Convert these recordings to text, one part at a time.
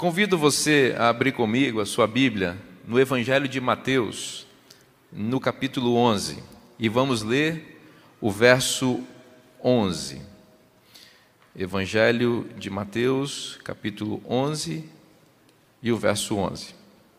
Convido você a abrir comigo a sua Bíblia no Evangelho de Mateus, no capítulo 11, e vamos ler o verso 11. Evangelho de Mateus, capítulo 11 e o verso 11.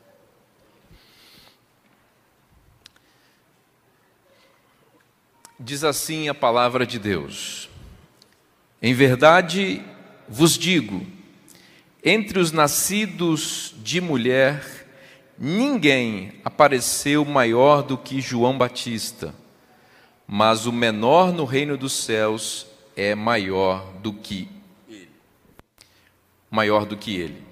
Diz assim a palavra de Deus: Em verdade vos digo, entre os nascidos de mulher, ninguém apareceu maior do que João Batista, mas o menor no reino dos céus é maior do que ele. Maior do que ele.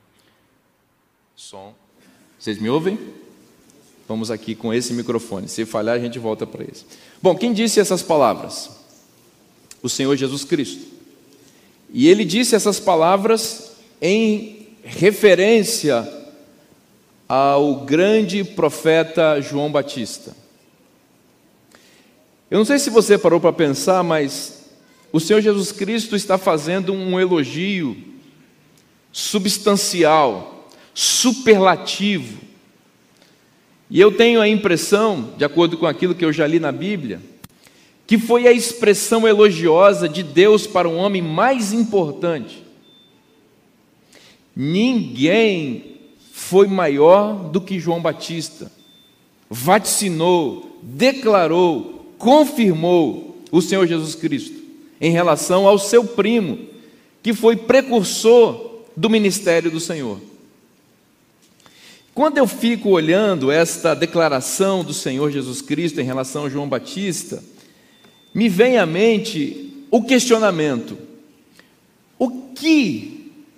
Som. Vocês me ouvem? Vamos aqui com esse microfone. Se falhar, a gente volta para esse. Bom, quem disse essas palavras? O Senhor Jesus Cristo. E ele disse essas palavras em referência ao grande profeta João Batista. Eu não sei se você parou para pensar, mas o Senhor Jesus Cristo está fazendo um elogio substancial, superlativo. E eu tenho a impressão, de acordo com aquilo que eu já li na Bíblia, que foi a expressão elogiosa de Deus para um homem mais importante. Ninguém foi maior do que João Batista. Vaticinou, declarou, confirmou o Senhor Jesus Cristo em relação ao seu primo, que foi precursor do ministério do Senhor. Quando eu fico olhando esta declaração do Senhor Jesus Cristo em relação a João Batista, me vem à mente o questionamento: o que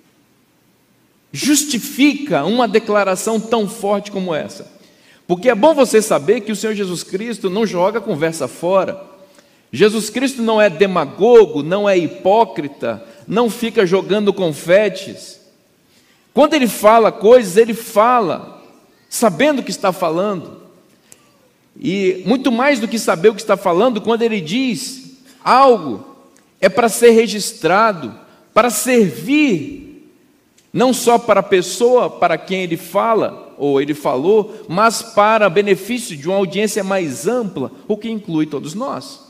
justifica uma declaração tão forte como essa? Porque é bom você saber que o Senhor Jesus Cristo não joga conversa fora. Jesus Cristo não é demagogo, não é hipócrita, não fica jogando confetes. Quando ele fala coisas, ele fala sabendo o que está falando. E muito mais do que saber o que está falando, quando ele diz algo, é para ser registrado, para servir não só para a pessoa para quem ele fala, ou ele falou, mas para benefício de uma audiência mais ampla, o que inclui todos nós.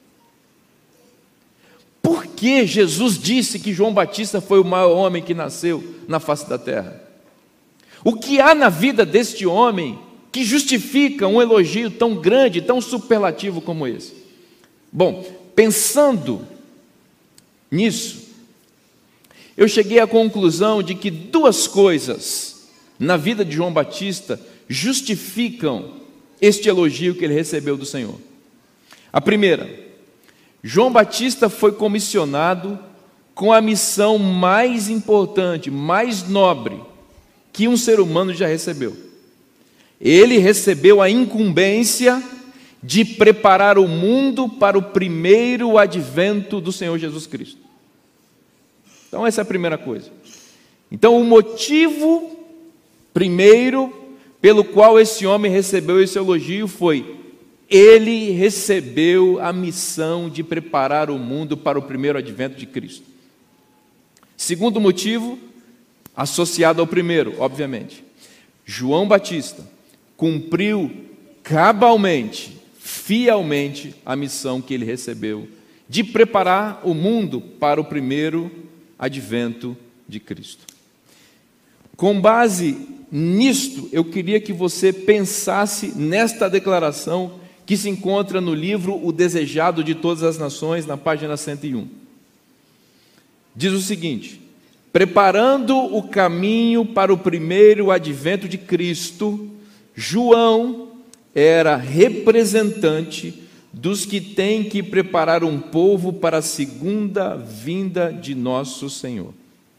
Por que Jesus disse que João Batista foi o maior homem que nasceu na face da terra? O que há na vida deste homem que justifica um elogio tão grande, tão superlativo como esse? Bom, pensando nisso, eu cheguei à conclusão de que duas coisas na vida de João Batista justificam este elogio que ele recebeu do Senhor. A primeira, João Batista foi comissionado com a missão mais importante, mais nobre que um ser humano já recebeu. Ele recebeu a incumbência de preparar o mundo para o primeiro advento do Senhor Jesus Cristo. Então essa é a primeira coisa. Então o motivo primeiro pelo qual esse homem recebeu esse elogio foi: ele recebeu a missão de preparar o mundo para o primeiro advento de Cristo. Segundo motivo, associado ao primeiro, obviamente, João Batista cumpriu cabalmente, fielmente a missão que ele recebeu de preparar o mundo para o primeiro advento de Cristo. Com base nisto, eu queria que você pensasse nesta declaração que se encontra no livro O Desejado de Todas as Nações, na página 101. Diz o seguinte: preparando o caminho para o primeiro advento de Cristo, João era representante dos que têm que preparar um povo para a segunda vinda de nosso Senhor.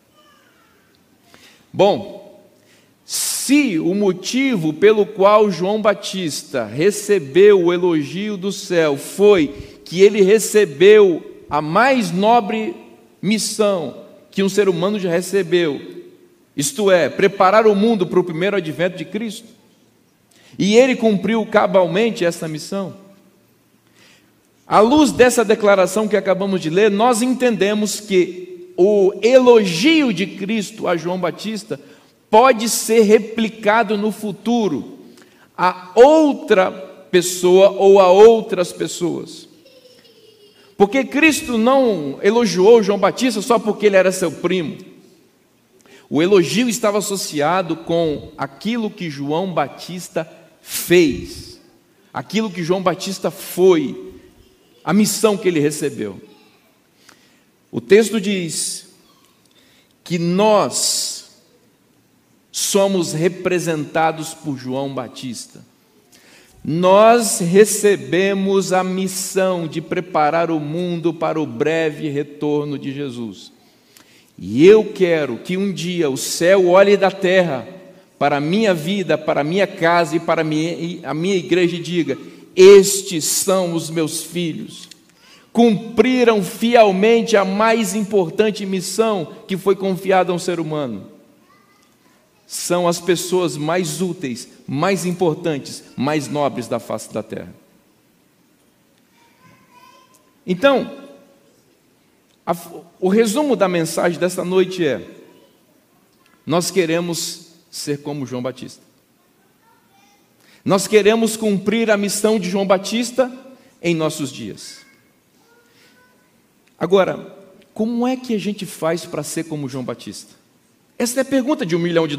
Bom, se o motivo pelo qual João Batista recebeu o elogio do céu foi que ele recebeu a mais nobre missão que um ser humano já recebeu, isto é, preparar o mundo para o primeiro advento de Cristo, e ele cumpriu cabalmente essa missão, à luz dessa declaração que acabamos de ler, nós entendemos que o elogio de Cristo a João Batista pode ser replicado no futuro a outra pessoa ou a outras pessoas. Porque Cristo não elogiou João Batista só porque ele era seu primo. O elogio estava associado com aquilo que João Batista fez, aquilo que João Batista foi, a missão que ele recebeu. O texto diz que nós somos representados por João Batista. Nós recebemos a missão de preparar o mundo para o breve retorno de Jesus. E eu quero que um dia o céu olhe da terra para a minha vida, para a minha casa e para a minha igreja e diga: estes são os meus filhos. Cumpriram fielmente a mais importante missão que foi confiada a um ser humano. São as pessoas mais úteis, mais importantes, mais nobres da face da terra. Então, o resumo da mensagem desta noite é: nós queremos ser como João Batista. Nós queremos cumprir a missão de João Batista em nossos dias. Agora, como é que a gente faz para ser como João Batista? Essa é a pergunta de $1 milhão.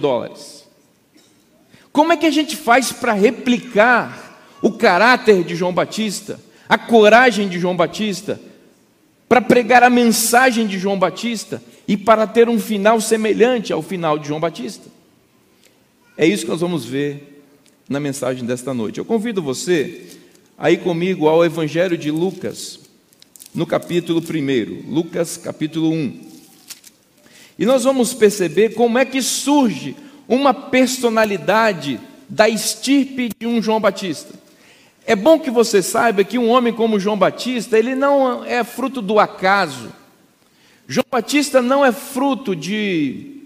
Como é que a gente faz para replicar o caráter de João Batista, a coragem de João Batista, para pregar a mensagem de João Batista e para ter um final semelhante ao final de João Batista? É isso que nós vamos ver na mensagem desta noite. Eu convido você a ir comigo ao Evangelho de Lucas, no capítulo 1, Lucas capítulo 1. E nós vamos perceber como é que surge uma personalidade da estirpe de um João Batista. É bom que você saiba que um homem como João Batista, ele não é fruto do acaso. João Batista não é fruto de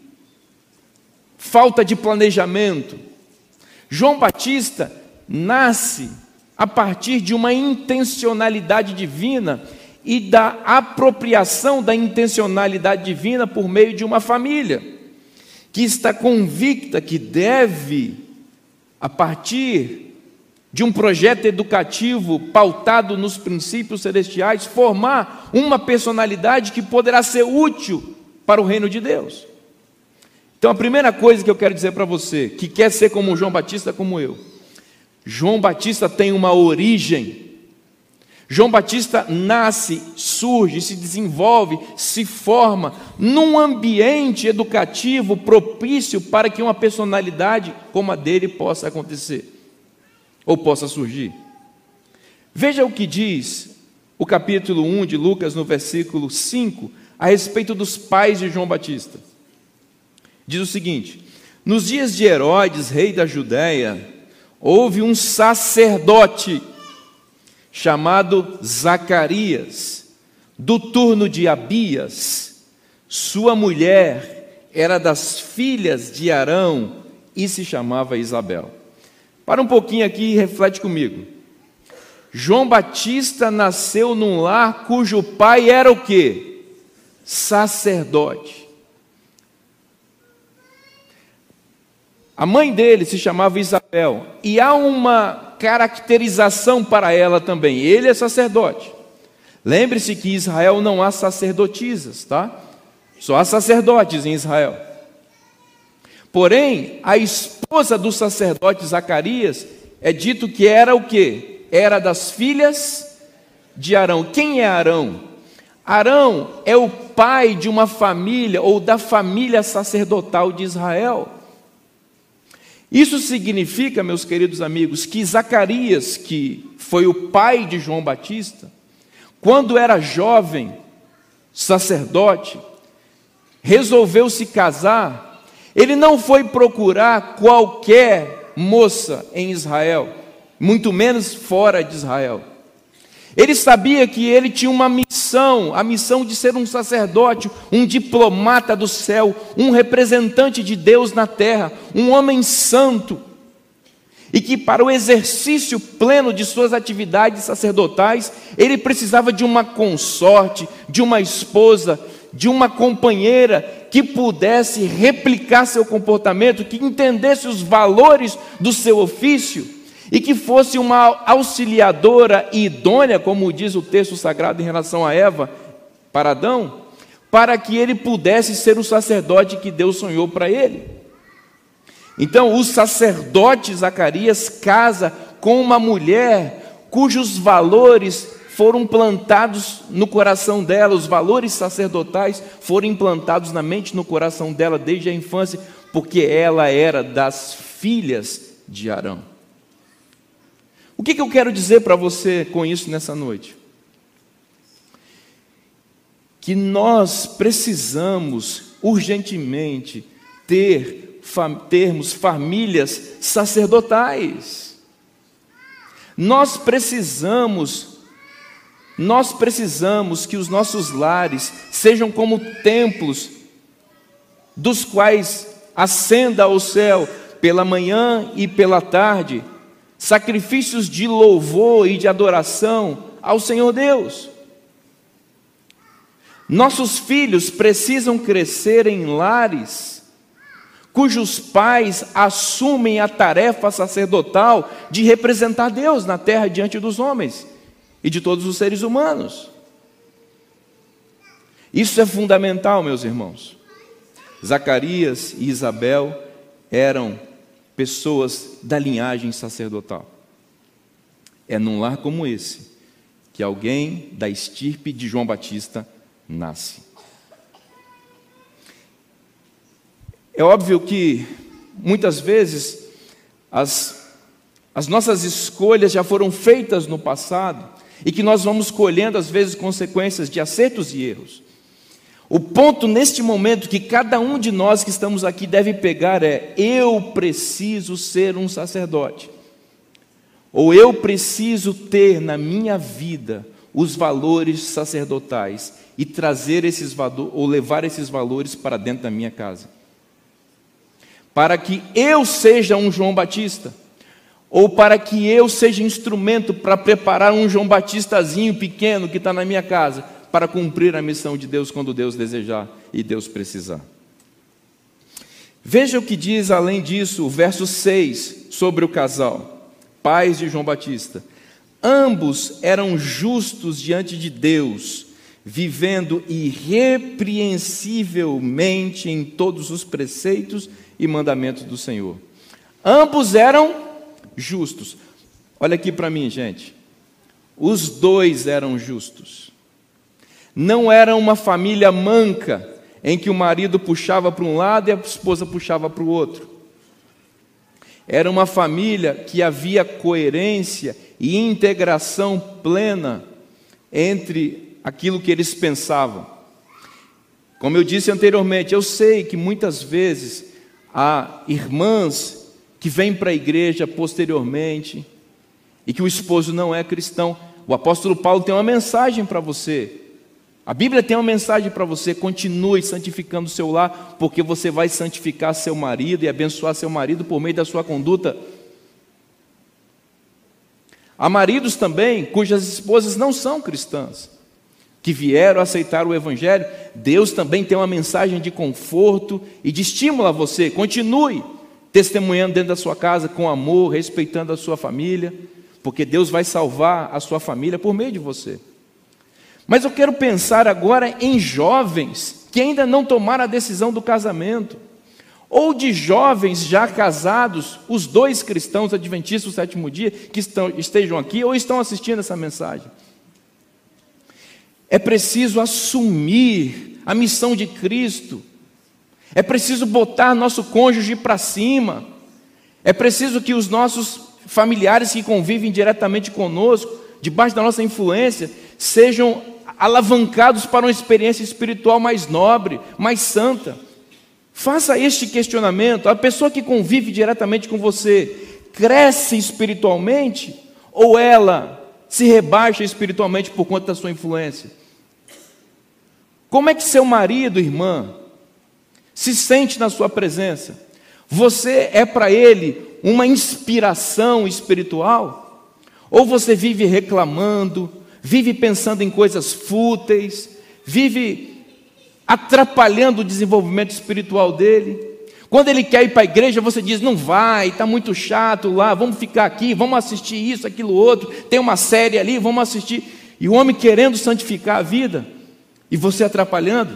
falta de planejamento. João Batista nasce a partir de uma intencionalidade divina e da apropriação da intencionalidade divina por meio de uma família que está convicta que deve, a partir de um projeto educativo pautado nos princípios celestiais, formar uma personalidade que poderá ser útil para o reino de Deus. Então, a primeira coisa que eu quero dizer para você, que quer ser como João Batista, como eu: João Batista tem uma origem. João Batista nasce, surge, se desenvolve, se forma num ambiente educativo propício para que uma personalidade como a dele possa acontecer, ou possa surgir. Veja o que diz o capítulo 1 de Lucas, no versículo 5, a respeito dos pais de João Batista. Diz o seguinte: nos dias de Herodes, rei da Judéia, houve um sacerdote chamado Zacarias, do turno de Abias. Sua mulher era das filhas de Arão e se chamava Isabel. Para um pouquinho aqui e reflete comigo. João Batista nasceu num lar cujo pai era o quê? Sacerdote. A mãe dele se chamava Isabel, e há uma caracterização para ela também: ele é sacerdote. Lembre-se que em Israel não há sacerdotisas, tá? Só há sacerdotes em Israel. Porém, a esposa do sacerdote Zacarias é dito que era o quê? Era das filhas de Arão. Quem é Arão? Arão é o pai de uma família, ou da família sacerdotal de Israel. Isso significa, meus queridos amigos, que Zacarias, que foi o pai de João Batista, quando era jovem, sacerdote, resolveu se casar. Ele não foi procurar qualquer moça em Israel, muito menos fora de Israel. Ele sabia que ele tinha uma missão, a missão de ser um sacerdote, um diplomata do céu, um representante de Deus na terra, um homem santo, e que para o exercício pleno de suas atividades sacerdotais, ele precisava de uma consorte, de uma esposa, de uma companheira que pudesse replicar seu comportamento, que entendesse os valores do seu ofício e que fosse uma auxiliadora idônea, como diz o texto sagrado em relação a Eva para Adão, para que ele pudesse ser o sacerdote que Deus sonhou para ele. Então, o sacerdote Zacarias casa com uma mulher cujos valores foram plantados no coração dela, os valores sacerdotais foram implantados na mente e no coração dela desde a infância, porque ela era das filhas de Arão. O que eu quero dizer para você com isso nessa noite? Que nós precisamos urgentemente termos famílias sacerdotais. Nós precisamos que os nossos lares sejam como templos, dos quais ascenda ao céu pela manhã e pela tarde sacrifícios de louvor e de adoração ao Senhor Deus. Nossos filhos precisam crescer em lares cujos pais assumem a tarefa sacerdotal de representar Deus na terra diante dos homens e de todos os seres humanos. Isso é fundamental, meus irmãos. Zacarias e Isabel eram pessoas da linhagem sacerdotal. É num lar como esse que alguém da estirpe de João Batista nasce. É óbvio que muitas vezes as nossas escolhas já foram feitas no passado e que nós vamos colhendo às vezes consequências de acertos e erros. O ponto neste momento que cada um de nós que estamos aqui deve pegar é: eu preciso ser um sacerdote, ou eu preciso ter na minha vida os valores sacerdotais e trazer esses valores, ou levar esses valores para dentro da minha casa, para que eu seja um João Batista, ou para que eu seja instrumento para preparar um João Batistazinho pequeno que está na minha casa, para cumprir a missão de Deus quando Deus desejar e Deus precisar. Veja o que diz, além disso, o verso 6, sobre o casal, pais de João Batista. Ambos eram justos diante de Deus, vivendo irrepreensivelmente em todos os preceitos e mandamentos do Senhor. Ambos eram justos. Olha aqui para mim, gente. Os dois eram justos. Não era uma família manca, em que o marido puxava para um lado e a esposa puxava para o outro. Era uma família que havia coerência e integração plena entre aquilo que eles pensavam. Como eu disse anteriormente, eu sei que muitas vezes há irmãs que vêm para a igreja posteriormente e que o esposo não é cristão. O apóstolo Paulo tem uma mensagem para você. A Bíblia tem uma mensagem para você: continue santificando o seu lar, porque você vai santificar seu marido e abençoar seu marido por meio da sua conduta. Há maridos também cujas esposas não são cristãs, que vieram aceitar o Evangelho. Deus também tem uma mensagem de conforto e de estímulo a você. Continue testemunhando dentro da sua casa com amor, respeitando a sua família, porque Deus vai salvar a sua família por meio de você. Mas eu quero pensar agora em jovens que ainda não tomaram a decisão do casamento, ou de jovens já casados, os dois cristãos adventistas do sétimo dia, que estejam aqui ou estão assistindo essa mensagem. É preciso assumir a missão de Cristo, é preciso botar nosso cônjuge para cima, é preciso que os nossos familiares que convivem diretamente conosco, debaixo da nossa influência, sejam alavancados para uma experiência espiritual mais nobre, mais santa. Faça este questionamento: a pessoa que convive diretamente com você cresce espiritualmente, ou ela se rebaixa espiritualmente por conta da sua influência? Como é que seu marido, irmã, se sente na sua presença? Você é para ele uma inspiração espiritual? Ou você vive reclamando, vive pensando em coisas fúteis, vive atrapalhando o desenvolvimento espiritual dele. Quando ele quer ir para a igreja, você diz, não vai, está muito chato lá, vamos ficar aqui, vamos assistir isso, aquilo, outro, tem uma série ali, vamos assistir. E o homem querendo santificar a vida, e você atrapalhando.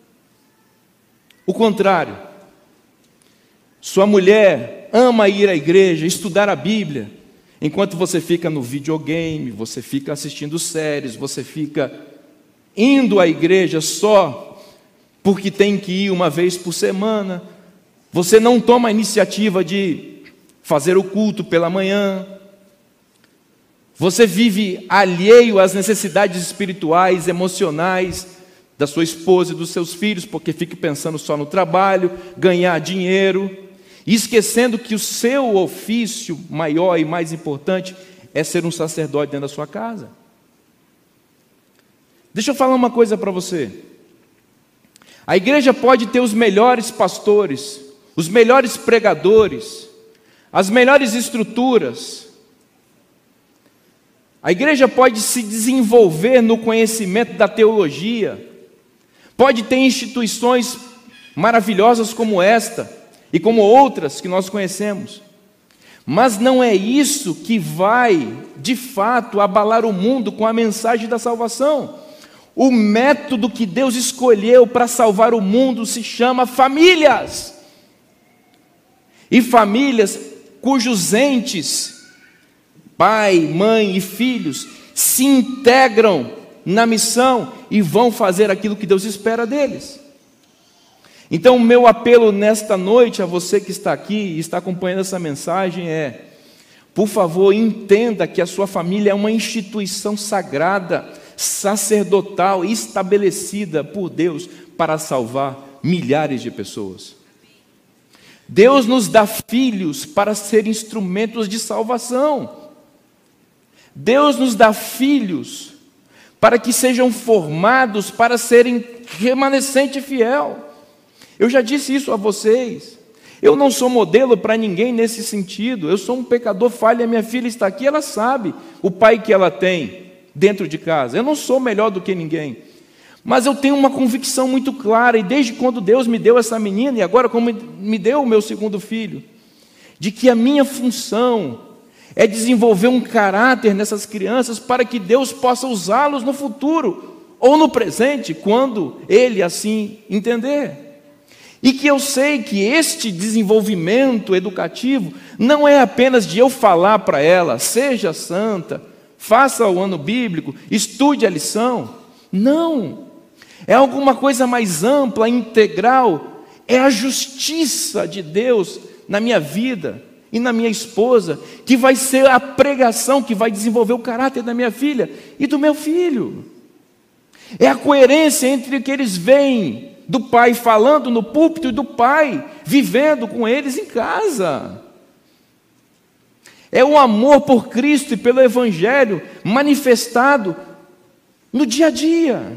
O contrário, sua mulher ama ir à igreja, estudar a Bíblia, enquanto você fica no videogame, você fica assistindo séries, você fica indo à igreja só porque tem que ir uma vez por semana, você não toma a iniciativa de fazer o culto pela manhã, você vive alheio às necessidades espirituais, emocionais da sua esposa e dos seus filhos, porque fica pensando só no trabalho, ganhar dinheiro, e esquecendo que o seu ofício maior e mais importante é ser um sacerdote dentro da sua casa. Deixa eu falar uma coisa para você. A igreja pode ter os melhores pastores, os melhores pregadores, as melhores estruturas. A igreja pode se desenvolver no conhecimento da teologia, pode ter instituições maravilhosas como esta e como outras que nós conhecemos, mas não é isso que vai, de fato, abalar o mundo com a mensagem da salvação. O método que Deus escolheu para salvar o mundo se chama famílias. E famílias cujos entes, pai, mãe e filhos, se integram na missão e vão fazer aquilo que Deus espera deles. Então, o meu apelo nesta noite a você que está aqui e está acompanhando essa mensagem é: por favor, entenda que a sua família é uma instituição sagrada, sacerdotal, estabelecida por Deus para salvar milhares de pessoas. Deus nos dá filhos para ser instrumentos de salvação. Deus nos dá filhos para que sejam formados para serem remanescente fiel. Eu já disse isso a vocês. Eu não sou modelo para ninguém nesse sentido. Eu sou um pecador falho, a minha filha está aqui, ela sabe o pai que ela tem dentro de casa. Eu não sou melhor do que ninguém. Mas eu tenho uma convicção muito clara, e desde quando Deus me deu essa menina, e agora como me deu o meu segundo filho, de que a minha função é desenvolver um caráter nessas crianças para que Deus possa usá-los no futuro, ou no presente, quando Ele assim entender. E que eu sei que este desenvolvimento educativo não é apenas de eu falar para ela, seja santa, faça o ano bíblico, estude a lição. Não, é alguma coisa mais ampla, integral, é a justiça de Deus na minha vida e na minha esposa, que vai ser a pregação que vai desenvolver o caráter da minha filha e do meu filho. É a coerência entre o que eles veem do pai falando no púlpito e do pai vivendo com eles em casa. É o amor por Cristo e pelo Evangelho manifestado no dia a dia.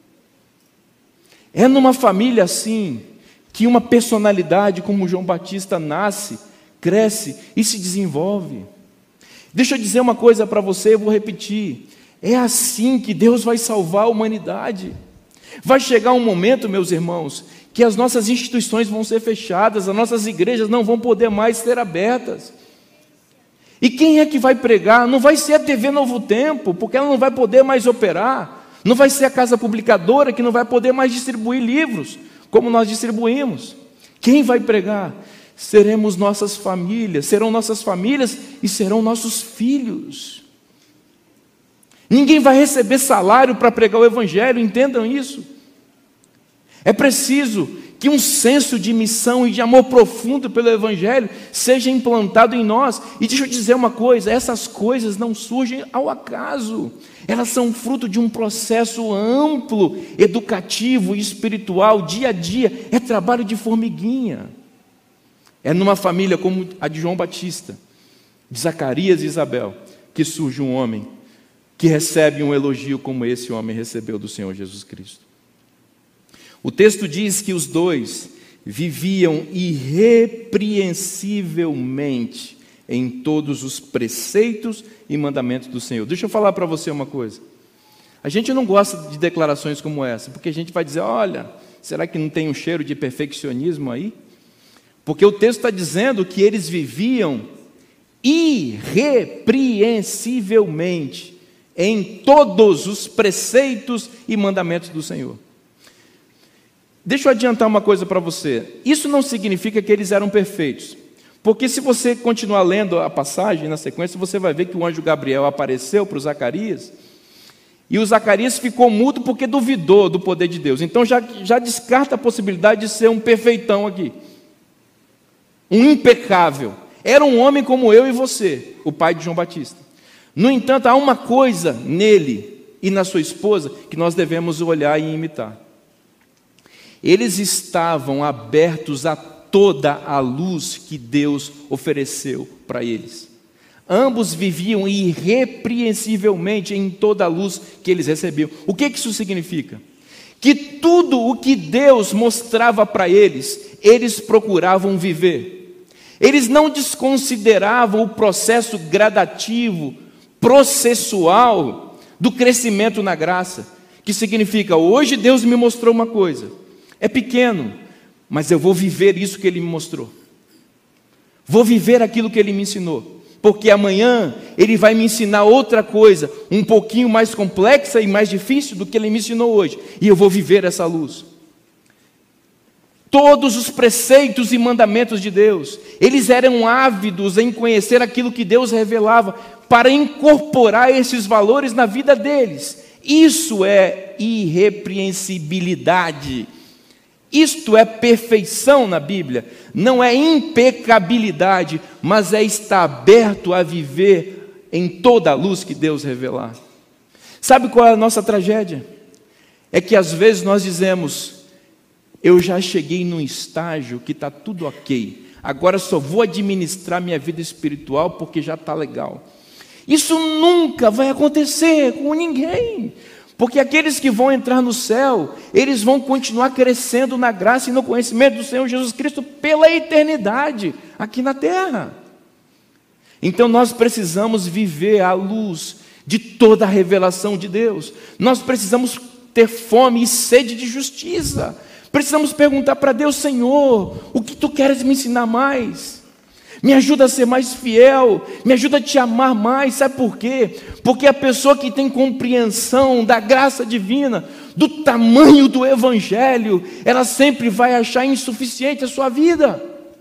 É numa família assim que uma personalidade como João Batista nasce, cresce e se desenvolve. Deixa eu dizer uma coisa para você, eu vou repetir. É assim que Deus vai salvar a humanidade. Vai chegar um momento, meus irmãos, que as nossas instituições vão ser fechadas, as nossas igrejas não vão poder mais ser abertas. E quem é que vai pregar? Não vai ser a TV Novo Tempo, porque ela não vai poder mais operar. Não vai ser a casa publicadora, que não vai poder mais distribuir livros, como nós distribuímos. Quem vai pregar? Serão nossas famílias e serão nossos filhos. Ninguém vai receber salário para pregar o Evangelho, entendam isso. É preciso que um senso de missão e de amor profundo pelo Evangelho seja implantado em nós. E deixa eu dizer uma coisa, essas coisas não surgem ao acaso. Elas são fruto de um processo amplo, educativo e espiritual, dia a dia. É trabalho de formiguinha. É numa família como a de João Batista, de Zacarias e Isabel, que surge um homem que recebe um elogio como esse homem recebeu do Senhor Jesus Cristo. O texto diz que os dois viviam irrepreensivelmente em todos os preceitos e mandamentos do Senhor. Deixa eu falar para você uma coisa. A gente não gosta de declarações como essa, porque a gente vai dizer, olha, Será que não tem um cheiro de perfeccionismo aí? Porque o texto está dizendo que eles viviam irrepreensivelmente em todos os preceitos e mandamentos do Senhor. Deixa eu adiantar uma coisa para você. Isso não significa que eles eram perfeitos. Porque se você continuar lendo a passagem na sequência, você vai ver que o anjo Gabriel apareceu para o Zacarias, e o Zacarias ficou mudo porque duvidou do poder de Deus. Então já descarta a possibilidade de ser um perfeitão aqui, um impecável. Era um homem como eu e você, o pai de João Batista. No entanto, há uma coisa nele e na sua esposa que nós devemos olhar e imitar. Eles estavam abertos a toda a luz que Deus ofereceu para eles. Ambos viviam irrepreensivelmente em toda a luz que eles recebiam. O que isso significa? Que tudo o que Deus mostrava para eles, eles procuravam viver. Eles não desconsideravam o processo gradativo, processual do crescimento na graça, que significa, hoje Deus me mostrou uma coisa, é pequeno, mas eu vou viver isso que Ele me mostrou. Vou viver aquilo que Ele me ensinou. Porque amanhã Ele vai me ensinar outra coisa, um pouquinho mais complexa e mais difícil do que Ele me ensinou hoje. E eu vou viver essa luz. Todos os preceitos e mandamentos de Deus, eles eram ávidos em conhecer aquilo que Deus revelava, para incorporar esses valores na vida deles. Isso é irrepreensibilidade. Isto é perfeição na Bíblia, não é impecabilidade, mas é estar aberto a viver em toda a luz que Deus revelar. Sabe qual é a nossa tragédia? É que às vezes nós dizemos, eu já cheguei num estágio que está tudo ok, agora só vou administrar minha vida espiritual porque já está legal. Isso nunca vai acontecer com ninguém. Porque aqueles que vão entrar no céu, eles vão continuar crescendo na graça e no conhecimento do Senhor Jesus Cristo pela eternidade, aqui na terra. Então nós precisamos viver à luz de toda a revelação de Deus. Nós precisamos ter fome e sede de justiça. Precisamos perguntar para Deus, Senhor, o que Tu queres me ensinar mais? Me ajuda a ser mais fiel, me ajuda a Te amar mais. Sabe por quê? Porque a pessoa que tem compreensão da graça divina, do tamanho do Evangelho, ela sempre vai achar insuficiente a sua vida.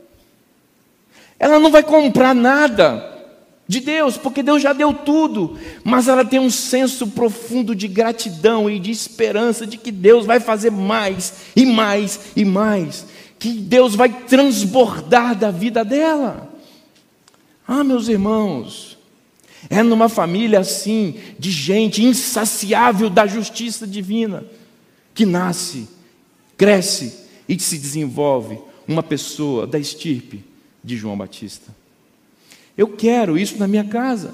Ela não vai comprar nada de Deus, porque Deus já deu tudo, mas ela tem um senso profundo de gratidão e de esperança de que Deus vai fazer mais e mais e mais, que Deus vai transbordar da vida dela. Ah, meus irmãos, é numa família assim, de gente insaciável da justiça divina, que nasce, cresce e se desenvolve uma pessoa da estirpe de João Batista. Eu quero isso na minha casa.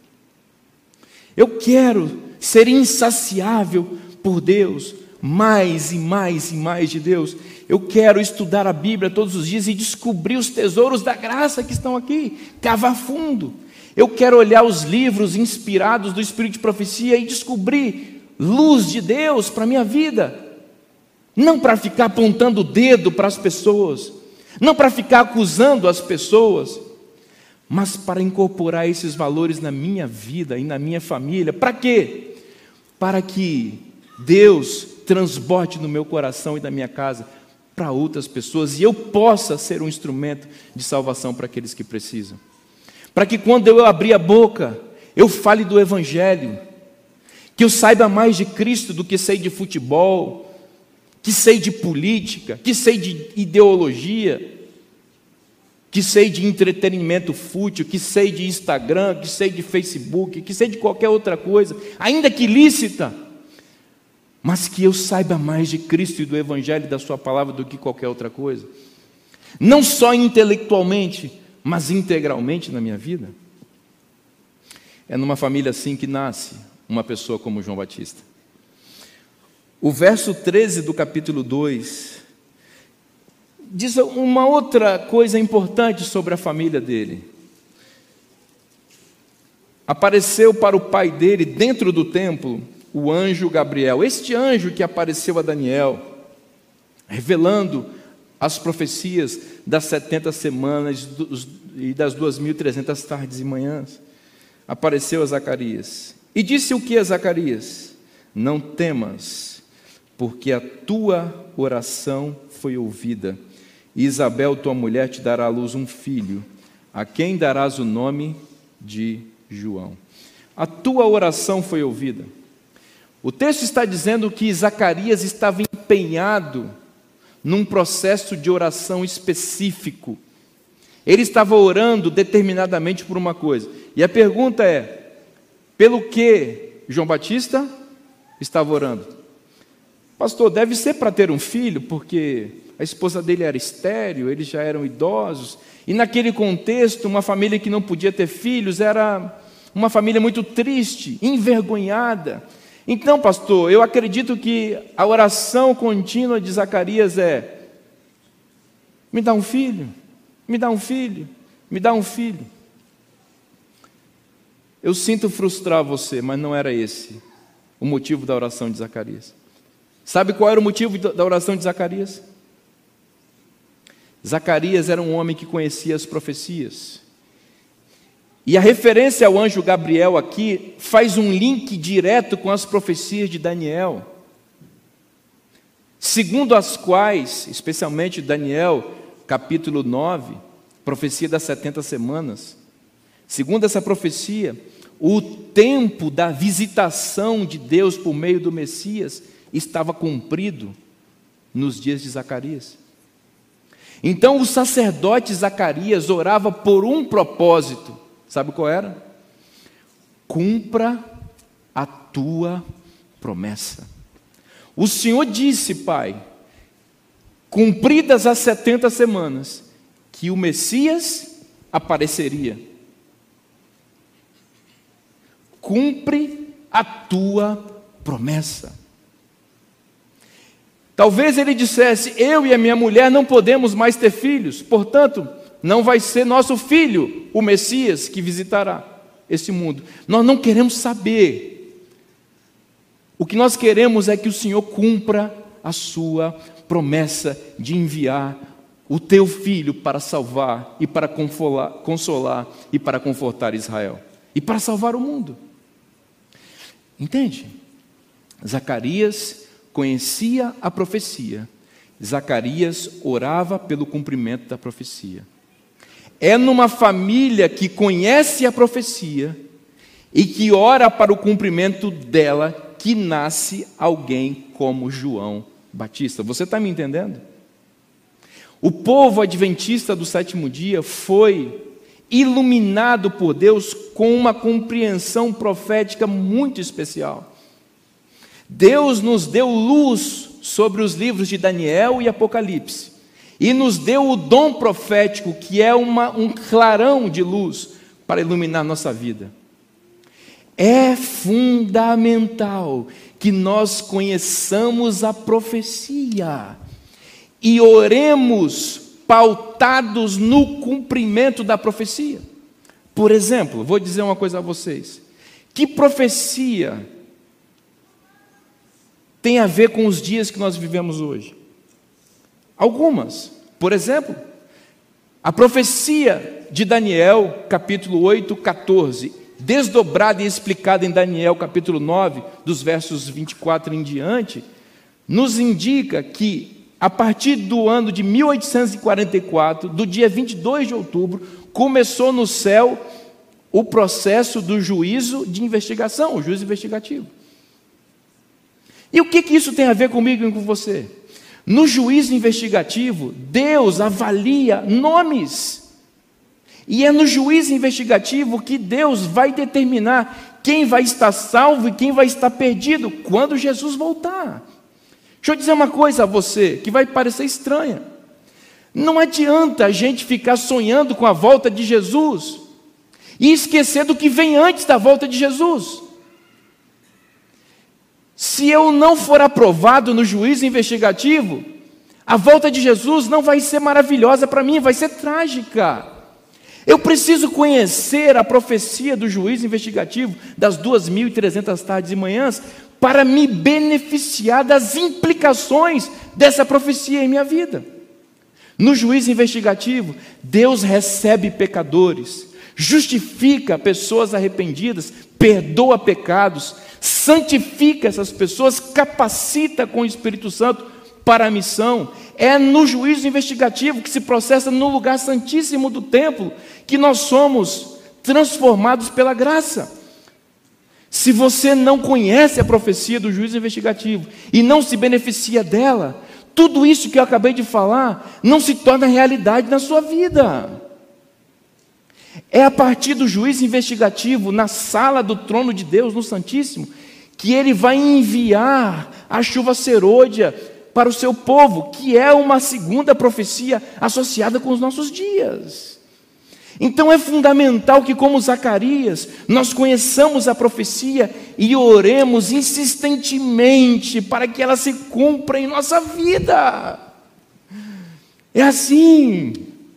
Eu quero ser insaciável por Deus, mais e mais e mais de Deus. Eu quero estudar a Bíblia todos os dias e descobrir os tesouros da graça que estão aqui, cavar fundo. Eu quero olhar os livros inspirados do Espírito de Profecia e descobrir luz de Deus para a minha vida. Não para ficar apontando o dedo para as pessoas, não para ficar acusando as pessoas, mas para incorporar esses valores na minha vida e na minha família. Para quê? Para que Deus transborde no meu coração e na minha casa para outras pessoas, e eu possa ser um instrumento de salvação para aqueles que precisam. Para que quando eu abrir a boca, eu fale do Evangelho, que eu saiba mais de Cristo do que sei de futebol, que sei de política, que sei de ideologia, que sei de entretenimento fútil, que sei de Instagram, que sei de Facebook, que sei de qualquer outra coisa, ainda que lícita, mas que eu saiba mais de Cristo e do Evangelho e da Sua Palavra do que qualquer outra coisa. Não só intelectualmente, mas integralmente na minha vida. É numa família assim que nasce uma pessoa como João Batista. O verso 13 do capítulo 2 diz uma outra coisa importante sobre a família dele. Apareceu para o pai dele, dentro do templo, o anjo Gabriel. Este anjo que apareceu a Daniel, revelando as profecias das 70 semanas e das 2.300 tardes e manhãs, apareceu a Zacarias. E disse o que a Zacarias? Não temas, porque a tua oração foi ouvida. E Isabel, tua mulher, te dará à luz um filho, a quem darás o nome de João. A tua oração foi ouvida. O texto está dizendo que Zacarias estava empenhado num processo de oração específico. Ele estava orando determinadamente por uma coisa. E a pergunta é: pelo que João Batista estava orando? Pastor, deve ser para ter um filho, porque a esposa dele era estéril, eles já eram idosos, e naquele contexto, uma família que não podia ter filhos era uma família muito triste, envergonhada. Então, pastor, eu acredito que a oração contínua de Zacarias é: me dá um filho, me dá um filho, me dá um filho. Eu sinto frustrar você, mas não era esse o motivo da oração de Zacarias. Sabe qual era o motivo da oração de Zacarias? Zacarias era um homem que conhecia as profecias. E a referência ao anjo Gabriel aqui faz um link direto com as profecias de Daniel, segundo as quais, especialmente Daniel, capítulo 9, profecia das 70 semanas, segundo essa profecia, o tempo da visitação de Deus por meio do Messias estava cumprido nos dias de Zacarias. Então o sacerdote Zacarias orava por um propósito. Sabe qual era? Cumpra a tua promessa. O Senhor disse, Pai, cumpridas as 70 semanas, que o Messias apareceria. Cumpre a tua promessa. Talvez ele dissesse: eu e a minha mulher não podemos mais ter filhos, portanto, não vai ser nosso filho, o Messias, que visitará esse mundo. Nós não queremos saber. O que nós queremos é que o Senhor cumpra a sua promessa de enviar o teu filho para salvar e para consolar e para confortar Israel e para salvar o mundo. Entende? Zacarias conhecia a profecia. Zacarias orava pelo cumprimento da profecia. É numa família que conhece a profecia e que ora para o cumprimento dela que nasce alguém como João Batista. Você está me entendendo? O povo adventista do sétimo dia foi iluminado por Deus com uma compreensão profética muito especial. Deus nos deu luz sobre os livros de Daniel e Apocalipse, e nos deu o dom profético, que é um clarão de luz para iluminar nossa vida. É fundamental que nós conheçamos a profecia e oremos pautados no cumprimento da profecia. Por exemplo, vou dizer uma coisa a vocês: que profecia tem a ver com os dias que nós vivemos hoje? Algumas. Por exemplo, a profecia de Daniel, capítulo 8, 14, desdobrada e explicada em Daniel, capítulo 9, dos versos 24 em diante, nos indica que, a partir do ano de 1844, do dia 22 de outubro, começou no céu o processo do juízo de investigação, o juízo investigativo. E o que isso tem a ver comigo e com você? No juízo investigativo, Deus avalia nomes. E é no juízo investigativo que Deus vai determinar quem vai estar salvo e quem vai estar perdido quando Jesus voltar. Deixa eu dizer uma coisa a você, que vai parecer estranha. Não adianta a gente ficar sonhando com a volta de Jesus e esquecer do que vem antes da volta de Jesus. Se eu não for aprovado no juízo investigativo, a volta de Jesus não vai ser maravilhosa para mim, vai ser trágica. Eu preciso conhecer a profecia do juízo investigativo das 2.300 tardes e manhãs para me beneficiar das implicações dessa profecia em minha vida. No juízo investigativo, Deus recebe pecadores, justifica pessoas arrependidas, perdoa pecados, santifica essas pessoas, capacita com o Espírito Santo para a missão. É no juízo investigativo que se processa no lugar santíssimo do templo que nós somos transformados pela graça. Se você não conhece a profecia do juízo investigativo e não se beneficia dela, tudo isso que eu acabei de falar não se torna realidade na sua vida. É a partir do juízo investigativo, na sala do trono de Deus, no Santíssimo, que Ele vai enviar a chuva serôdia para o seu povo, que é uma segunda profecia associada com os nossos dias. Então é fundamental que, como Zacarias, nós conheçamos a profecia e oremos insistentemente para que ela se cumpra em nossa vida. É assim.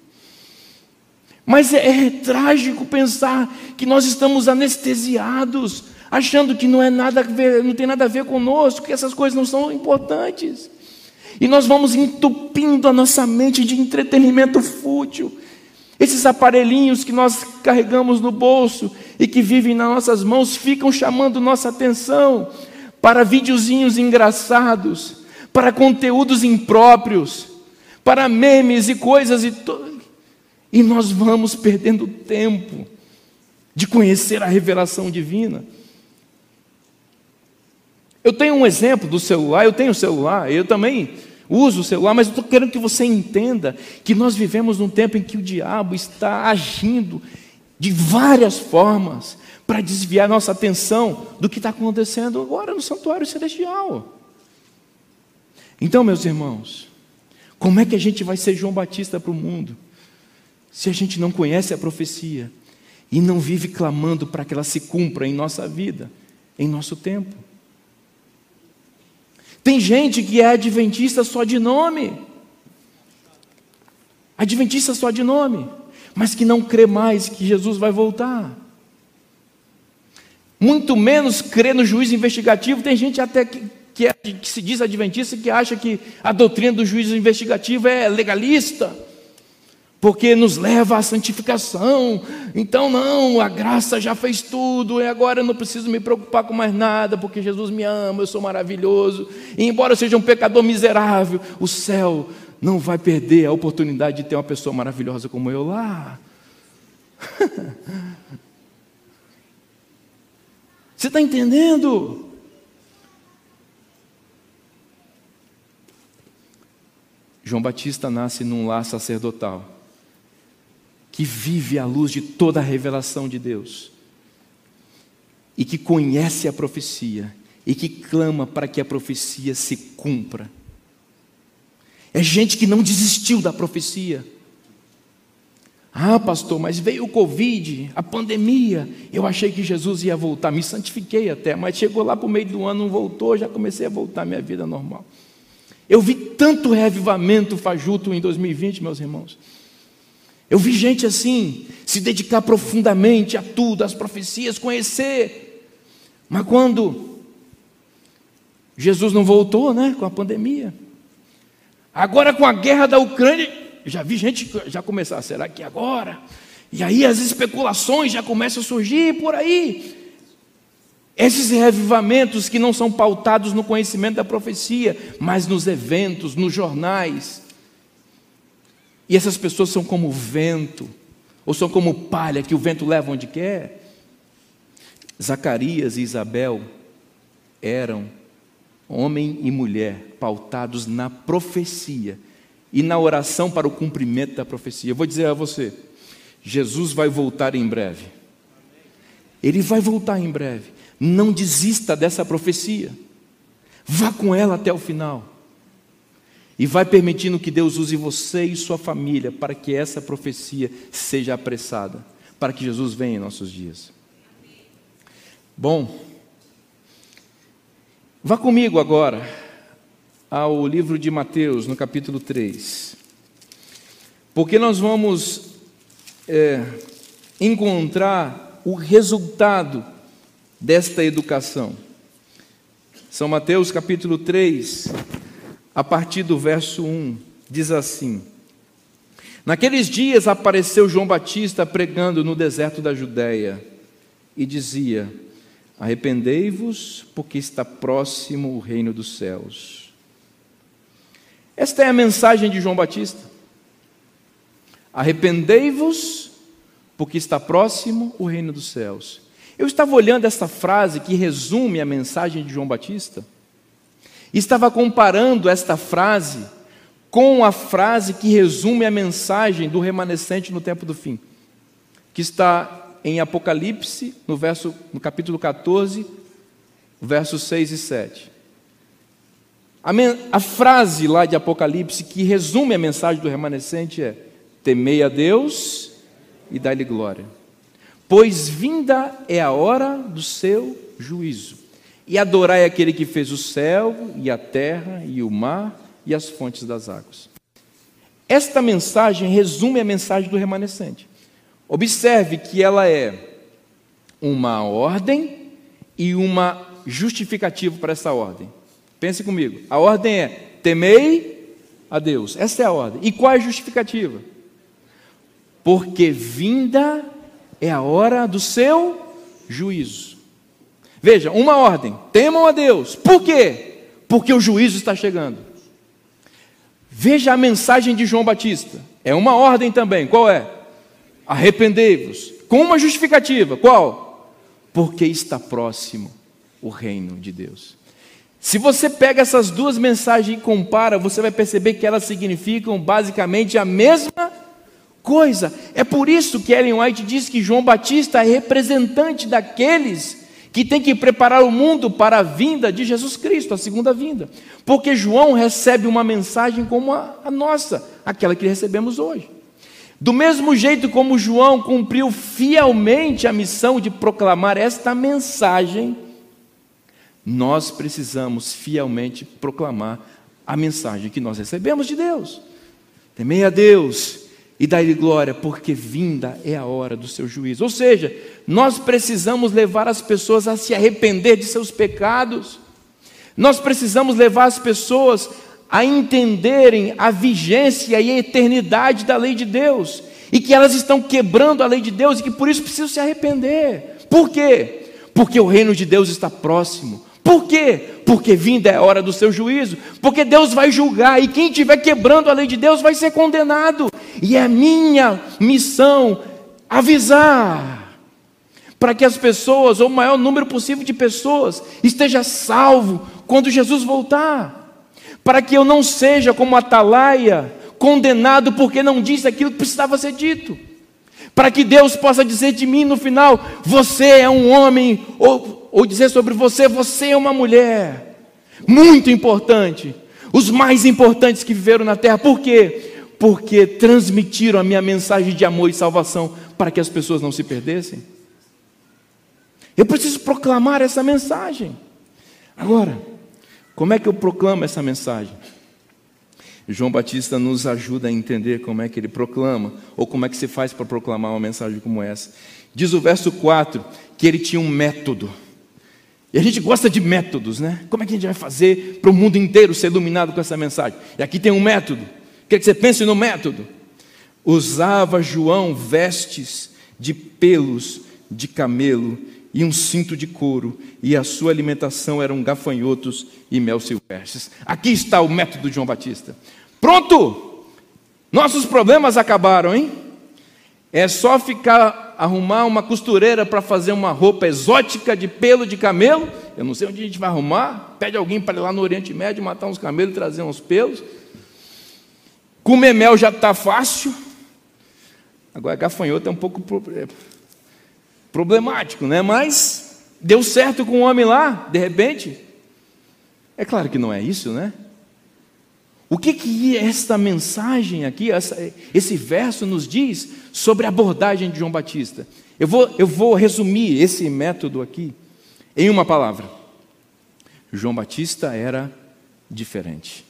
Mas é trágico pensar que nós estamos anestesiados, achando que não tem nada a ver conosco, que essas coisas não são importantes. E nós vamos entupindo a nossa mente de entretenimento fútil. Esses aparelhinhos que nós carregamos no bolso e que vivem nas nossas mãos ficam chamando nossa atenção para videozinhos engraçados, para conteúdos impróprios, para memes e coisas e nós vamos perdendo tempo de conhecer a revelação divina. Eu tenho um exemplo do celular, eu tenho celular, eu também uso o celular, mas eu estou querendo que você entenda que nós vivemos num tempo em que o diabo está agindo de várias formas para desviar nossa atenção do que está acontecendo agora no santuário celestial. Então, meus irmãos, como é que a gente vai ser João Batista para o mundo se a gente não conhece a profecia e não vive clamando para que ela se cumpra em nossa vida, em nosso tempo? Tem gente que é adventista só de nome, adventista só de nome, mas que não crê mais que Jesus vai voltar. Muito menos crê no juízo investigativo. Tem gente até que se diz adventista que acha que a doutrina do juízo investigativo é legalista, porque nos leva à santificação. Então não, a graça já fez tudo, e agora eu não preciso me preocupar com mais nada, porque Jesus me ama, eu sou maravilhoso, e embora eu seja um pecador miserável, o céu não vai perder a oportunidade de ter uma pessoa maravilhosa como eu lá. Você está entendendo? João Batista nasce num lar sacerdotal, que vive à luz de toda a revelação de Deus, e que conhece a profecia, e que clama para que a profecia se cumpra. É gente que não desistiu da profecia. Ah, pastor, mas veio o Covid, a pandemia, eu achei que Jesus ia voltar, me santifiquei até, mas chegou lá para o meio do ano, não voltou, já comecei a voltar à minha vida normal. Eu vi tanto reavivamento fajuto em 2020, meus irmãos. Eu vi gente assim, se dedicar profundamente a tudo, às profecias, conhecer. Mas quando Jesus não voltou, né, com a pandemia, agora com a guerra da Ucrânia, já vi gente já começar, será que agora? E aí as especulações já começam a surgir por aí. Esses reavivamentos que não são pautados no conhecimento da profecia, mas nos eventos, nos jornais. E essas pessoas são como o vento, ou são como palha que o vento leva onde quer. Zacarias e Isabel eram homem e mulher pautados na profecia e na oração para o cumprimento da profecia. Eu vou dizer a você, Jesus vai voltar em breve. Ele vai voltar em breve. Não desista dessa profecia. Vá com ela até o final. E vai permitindo que Deus use você e sua família para que essa profecia seja apressada, para que Jesus venha em nossos dias. Bom, vá comigo agora ao livro de Mateus, no capítulo 3. Porque nós vamos encontrar o resultado desta educação. São Mateus capítulo 3, a partir do verso 1, diz assim: Naqueles dias apareceu João Batista pregando no deserto da Judéia e dizia: Arrependei-vos, porque está próximo o reino dos céus. Esta é a mensagem de João Batista. Arrependei-vos, porque está próximo o reino dos céus. Eu estava olhando essa frase que resume a mensagem de João Batista, e estava comparando esta frase com a frase que resume a mensagem do remanescente no tempo do fim, que está em Apocalipse, no capítulo 14, versos 6 e 7. A frase lá de Apocalipse que resume a mensagem do remanescente é: temei a Deus e dai-lhe glória, pois vinda é a hora do seu juízo, e adorai aquele que fez o céu e a terra e o mar e as fontes das águas. Esta mensagem resume a mensagem do remanescente. Observe que ela é uma ordem e uma justificativa para essa ordem. Pense comigo, a ordem é: temei a Deus, essa é a ordem. E qual é a justificativa? Porque vinda é a hora do seu juízo. Veja, uma ordem: temam a Deus. Por quê? Porque o juízo está chegando. Veja a mensagem de João Batista, é uma ordem também. Qual é? Arrependei-vos, com uma justificativa. Qual? Porque está próximo o reino de Deus. Se você pega essas duas mensagens e compara, você vai perceber que elas significam basicamente a mesma coisa. É por isso que Ellen White diz que João Batista é representante daqueles que tem que preparar o mundo para a vinda de Jesus Cristo, a segunda vinda. Porque João recebe uma mensagem como a nossa, aquela que recebemos hoje. Do mesmo jeito como João cumpriu fielmente a missão de proclamar esta mensagem, nós precisamos fielmente proclamar a mensagem que nós recebemos de Deus. Temei a Deus e dai-lhe glória, porque vinda é a hora do seu juízo. Ou seja, nós precisamos levar as pessoas a se arrepender de seus pecados. Nós precisamos levar as pessoas a entenderem a vigência e a eternidade da lei de Deus, e que elas estão quebrando a lei de Deus e que por isso precisam se arrepender. Por quê? Porque o reino de Deus está próximo. Por quê? Porque vinda é a hora do seu juízo, porque Deus vai julgar, e quem estiver quebrando a lei de Deus vai ser condenado. E é minha missão avisar, para que as pessoas, ou o maior número possível de pessoas, esteja salvo quando Jesus voltar, para que eu não seja como Atalaia, condenado porque não disse aquilo que precisava ser dito, para que Deus possa dizer de mim no final: você é um homem, ou dizer sobre você: você é uma mulher muito importante, os mais importantes que viveram na terra. Por quê? Porque transmitiram a minha mensagem de amor e salvação para que as pessoas não se perdessem. Eu preciso proclamar essa mensagem. Agora, como é que eu proclamo essa mensagem? João Batista nos ajuda a entender como é que ele proclama, ou como é que se faz para proclamar uma mensagem como essa. Diz o verso 4 que ele tinha um método. E a gente gosta de métodos, né? Como é que a gente vai fazer para o mundo inteiro ser iluminado com essa mensagem? E aqui tem um método. Quer que você pense no método? Usava João vestes de pelos de camelo e um cinto de couro, e a sua alimentação eram gafanhotos e mel silvestres. Aqui está o método de João Batista. Pronto! Nossos problemas acabaram, hein? É só arrumar uma costureira para fazer uma roupa exótica de pelo de camelo. Eu não sei onde a gente vai arrumar. Pede alguém para ir lá no Oriente Médio matar uns camelos e trazer uns pelos. Comer mel já está fácil. Agora gafanhoto é um pouco problemático, né? Mas deu certo com o homem lá, de repente. É claro que não é isso, né? O que esta mensagem aqui, esse verso nos diz sobre a abordagem de João Batista? Eu vou resumir esse método aqui em uma palavra. João Batista era diferente.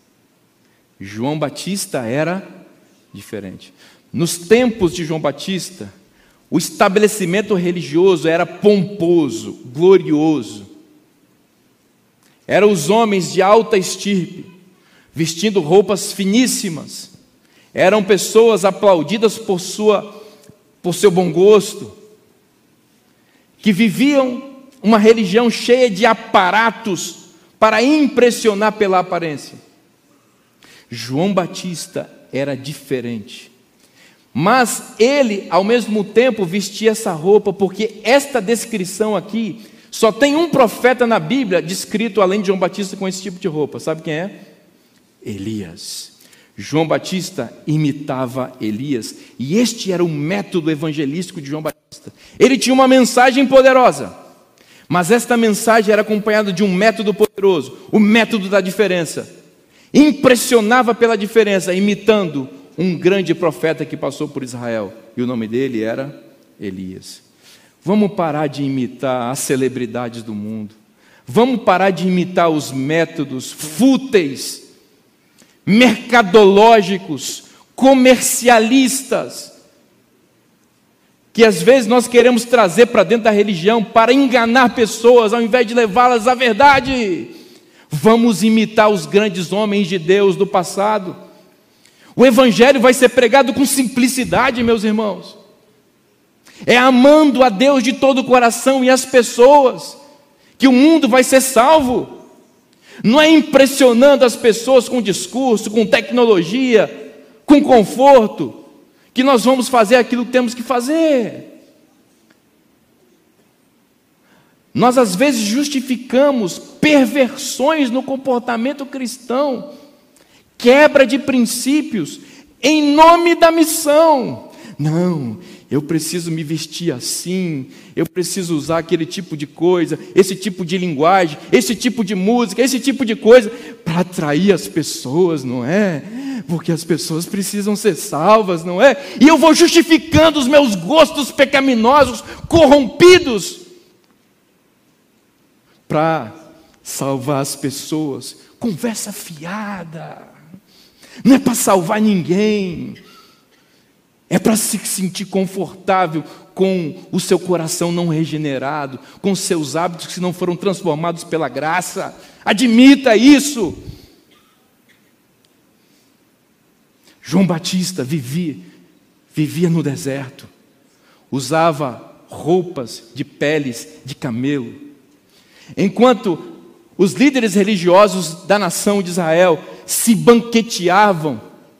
João Batista era diferente. Nos tempos de João Batista, o estabelecimento religioso era pomposo, glorioso. Eram os homens de alta estirpe, vestindo roupas finíssimas. Eram pessoas aplaudidas por seu bom gosto, que viviam uma religião cheia de aparatos para impressionar pela aparência. João Batista era diferente, mas ele, ao mesmo tempo, vestia essa roupa, porque esta descrição aqui, só tem um profeta na Bíblia descrito além de João Batista com esse tipo de roupa. Sabe quem é? Elias. João Batista imitava Elias, e este era o método evangelístico de João Batista. Ele tinha uma mensagem poderosa, mas esta mensagem era acompanhada de um método poderoso, o método da diferença. Impressionava pela diferença, imitando um grande profeta que passou por Israel, e o nome dele era Elias. Vamos parar de imitar as celebridades do mundo. Vamos parar de imitar os métodos fúteis, mercadológicos, comercialistas, que às vezes nós queremos trazer para dentro da religião para enganar pessoas, ao invés de levá-las à verdade. Vamos imitar os grandes homens de Deus do passado. O evangelho vai ser pregado com simplicidade, meus irmãos. É amando a Deus de todo o coração e as pessoas que o mundo vai ser salvo. Não é impressionando as pessoas com discurso, com tecnologia, com conforto, que nós vamos fazer aquilo que temos que fazer. Nós às vezes justificamos perversões no comportamento cristão, quebra de princípios, em nome da missão. Não, eu preciso me vestir assim, eu preciso usar aquele tipo de coisa, esse tipo de linguagem, esse tipo de música, esse tipo de coisa, para atrair as pessoas, não é? Porque as pessoas precisam ser salvas, não é? E eu vou justificando os meus gostos pecaminosos, corrompidos, para salvar as pessoas. Conversa fiada, não é para salvar ninguém, é para se sentir confortável com o seu coração não regenerado, com seus hábitos que não foram transformados pela graça. Admita isso. João Batista vivia no deserto, usava roupas de peles de camelo, enquanto os líderes religiosos da nação de Israel se banqueteavam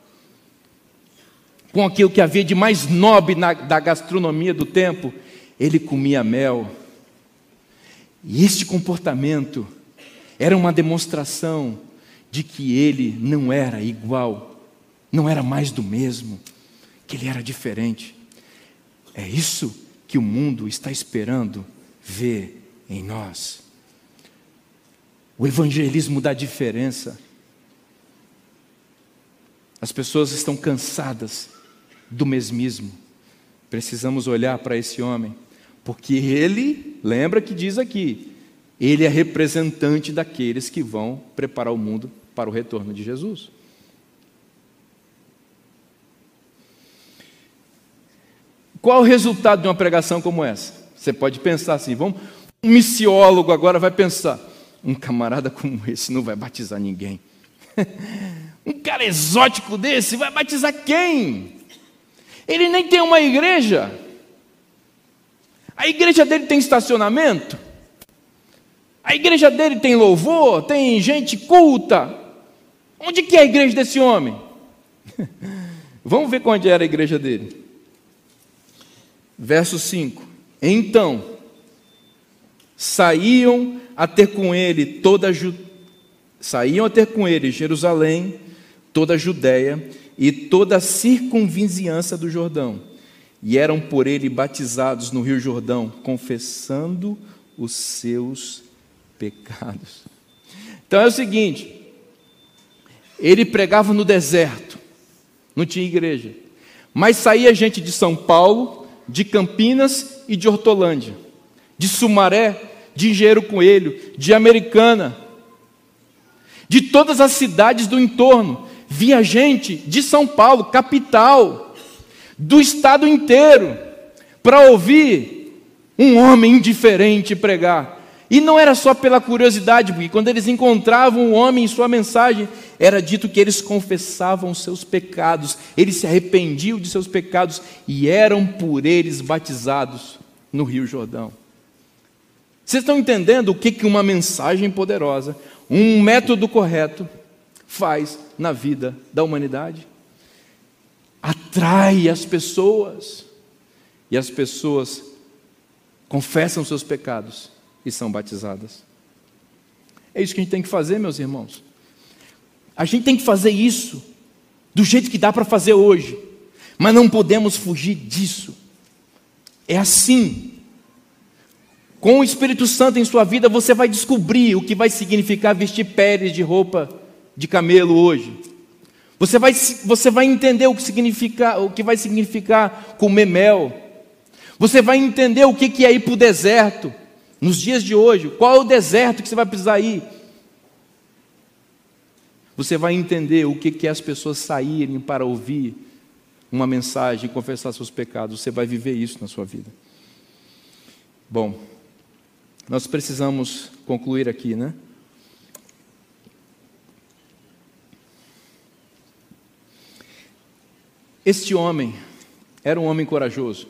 com aquilo que havia de mais nobre da gastronomia do tempo, ele comia mel. E este comportamento era uma demonstração de que ele não era igual, não era mais do mesmo, que ele era diferente. É isso que o mundo está esperando ver em nós. O evangelismo dá diferença. As pessoas estão cansadas do mesmismo. Precisamos olhar para esse homem, porque ele, lembra que diz aqui, ele é representante daqueles que vão preparar o mundo para o retorno de Jesus. Qual o resultado de uma pregação como essa? Você pode pensar assim, um missiólogo agora vai pensar, um camarada como esse não vai batizar ninguém. Um cara exótico desse vai batizar quem? Ele nem tem uma igreja. A igreja dele tem estacionamento? A igreja dele tem louvor? Tem gente culta? Onde que é a igreja desse homem? Vamos ver onde era a igreja dele. Verso 5. Então, saíam a ter com ele Jerusalém, toda a Judéia e toda a circunvizinhança do Jordão, e eram por ele batizados no rio Jordão, confessando os seus pecados. Então é o seguinte, ele pregava no deserto, não tinha igreja, mas saía gente de São Paulo, de Campinas e de Hortolândia, de Sumaré, de Engenheiro Coelho, de Americana, de todas as cidades do entorno. Via gente de São Paulo, capital, do estado inteiro, para ouvir um homem indiferente pregar. E não era só pela curiosidade, porque quando eles encontravam o homem em sua mensagem, era dito que eles confessavam os seus pecados, eles se arrependiam de seus pecados e eram por eles batizados no Rio Jordão. Vocês estão entendendo o que uma mensagem poderosa, um método correto, faz na vida da humanidade? Atrai as pessoas, e as pessoas confessam seus pecados e são batizadas. É isso que a gente tem que fazer, meus irmãos. A gente tem que fazer isso do jeito que dá para fazer hoje, mas não podemos fugir disso. É assim. Com o Espírito Santo em sua vida, você vai descobrir o que vai significar vestir peles de roupa de camelo hoje. Você vai entender o que vai significar comer mel. Você vai entender o que é ir para o deserto nos dias de hoje. Qual é o deserto que você vai precisar ir? Você vai entender o que é as pessoas saírem para ouvir uma mensagem e confessar seus pecados. Você vai viver isso na sua vida. Bom, nós precisamos concluir aqui, né? Este homem era um homem corajoso.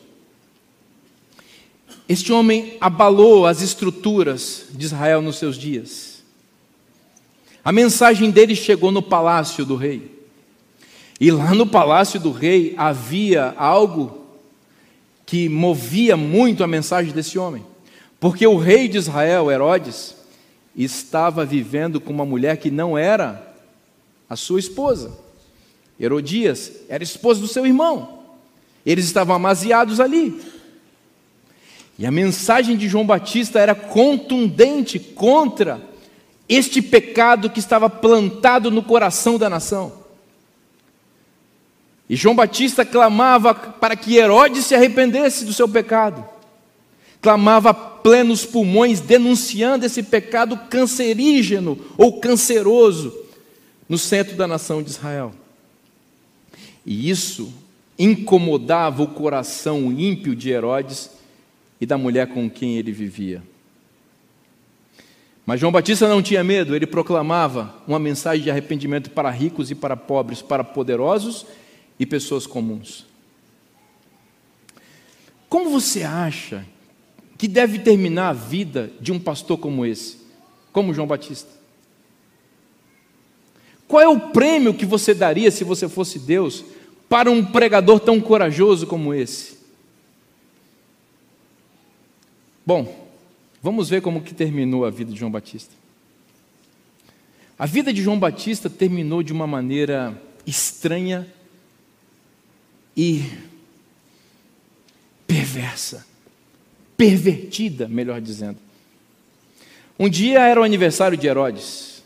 Este homem abalou as estruturas de Israel nos seus dias. A mensagem dele chegou no palácio do rei. E lá no palácio do rei havia algo que movia muito a mensagem desse homem. Porque o rei de Israel, Herodes, estava vivendo com uma mulher que não era a sua esposa. Herodias era esposa do seu irmão. Eles estavam amaziados ali. E a mensagem de João Batista era contundente contra este pecado que estava plantado no coração da nação. E João Batista clamava para que Herodes se arrependesse do seu pecado. Clamava a plenos pulmões, denunciando esse pecado cancerígeno ou canceroso no centro da nação de Israel. E isso incomodava o coração ímpio de Herodes e da mulher com quem ele vivia. Mas João Batista não tinha medo, ele proclamava uma mensagem de arrependimento para ricos e para pobres, para poderosos e pessoas comuns. Como você acha que deve terminar a vida de um pastor como esse, como João Batista? Qual é o prêmio que você daria, se você fosse Deus, para um pregador tão corajoso como esse? Bom, vamos ver como que terminou a vida de João Batista. A vida de João Batista terminou de uma maneira estranha e perversa, pervertida, melhor dizendo. Um dia era o aniversário de Herodes.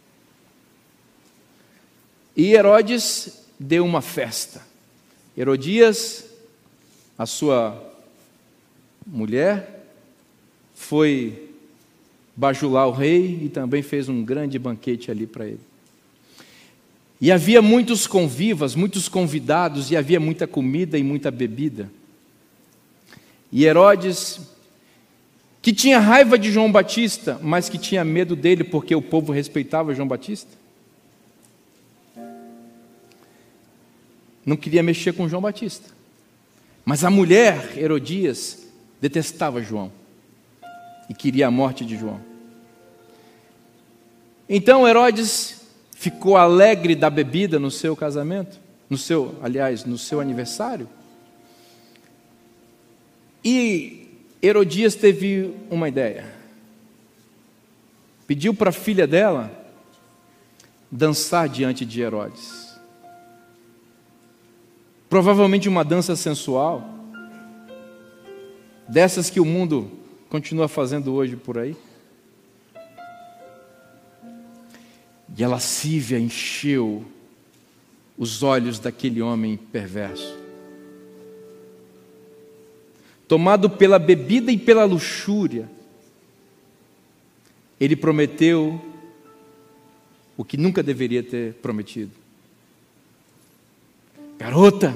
E Herodes deu uma festa. Herodias, a sua mulher, foi bajular o rei e também fez um grande banquete ali para ele. E havia muitos convivas, muitos convidados, e havia muita comida e muita bebida. E Herodes, que tinha raiva de João Batista, mas que tinha medo dele porque o povo respeitava João Batista, não queria mexer com João Batista. Mas a mulher, Herodias, detestava João e queria a morte de João. Então Herodes ficou alegre da bebida no seu casamento, no seu aniversário. E Herodias teve uma ideia. Pediu para a filha dela dançar diante de Herodes. Provavelmente uma dança sensual, dessas que o mundo continua fazendo hoje por aí. E a lascívia encheu os olhos daquele homem perverso. Tomado pela bebida e pela luxúria, ele prometeu o que nunca deveria ter prometido. Garota,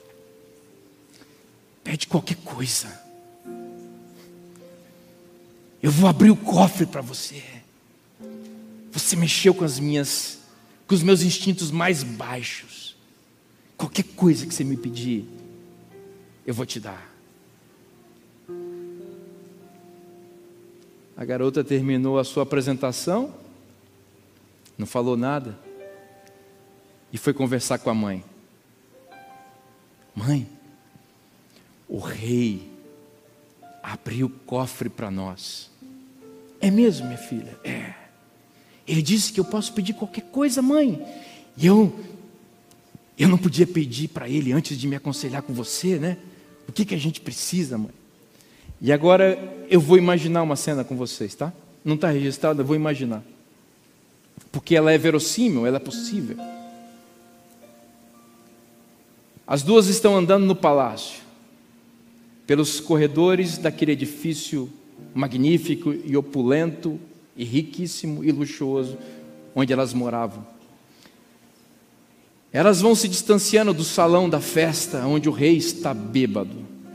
pede qualquer coisa. Eu vou abrir o cofre para você. Você mexeu com os meus instintos mais baixos. Qualquer coisa que você me pedir, eu vou te dar. A garota terminou a sua apresentação, não falou nada, e foi conversar com a mãe. Mãe, o rei abriu o cofre para nós. É mesmo, minha filha? É. Ele disse que eu posso pedir qualquer coisa, mãe. E eu não podia pedir para ele antes de me aconselhar com você, né? O que a gente precisa, mãe? E agora eu vou imaginar uma cena com vocês, tá? Não está registrado, eu vou imaginar. Porque ela é verossímil, ela é possível. As duas estão andando no palácio, pelos corredores daquele edifício magnífico e opulento, e riquíssimo e luxuoso, onde elas moravam. Elas vão se distanciando do salão da festa, onde o rei está bêbado.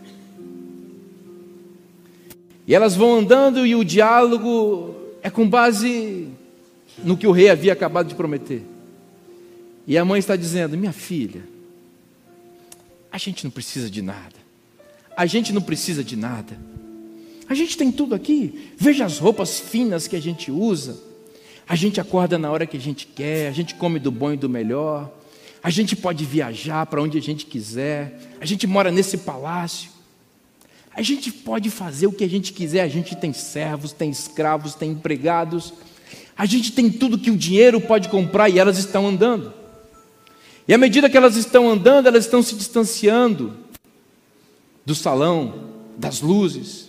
E elas vão andando e o diálogo é com base no que o rei havia acabado de prometer. E a mãe está dizendo: minha filha, a gente não precisa de nada. A gente não precisa de nada. A gente tem tudo aqui. Veja as roupas finas que a gente usa. A gente acorda na hora que a gente quer. A gente come do bom e do melhor. A gente pode viajar para onde a gente quiser. A gente mora nesse palácio. A gente pode fazer o que a gente quiser. A gente tem servos, tem escravos, tem empregados. A gente tem tudo que o dinheiro pode comprar. E elas estão andando. E à medida que elas estão andando, elas estão se distanciando do salão, das luzes.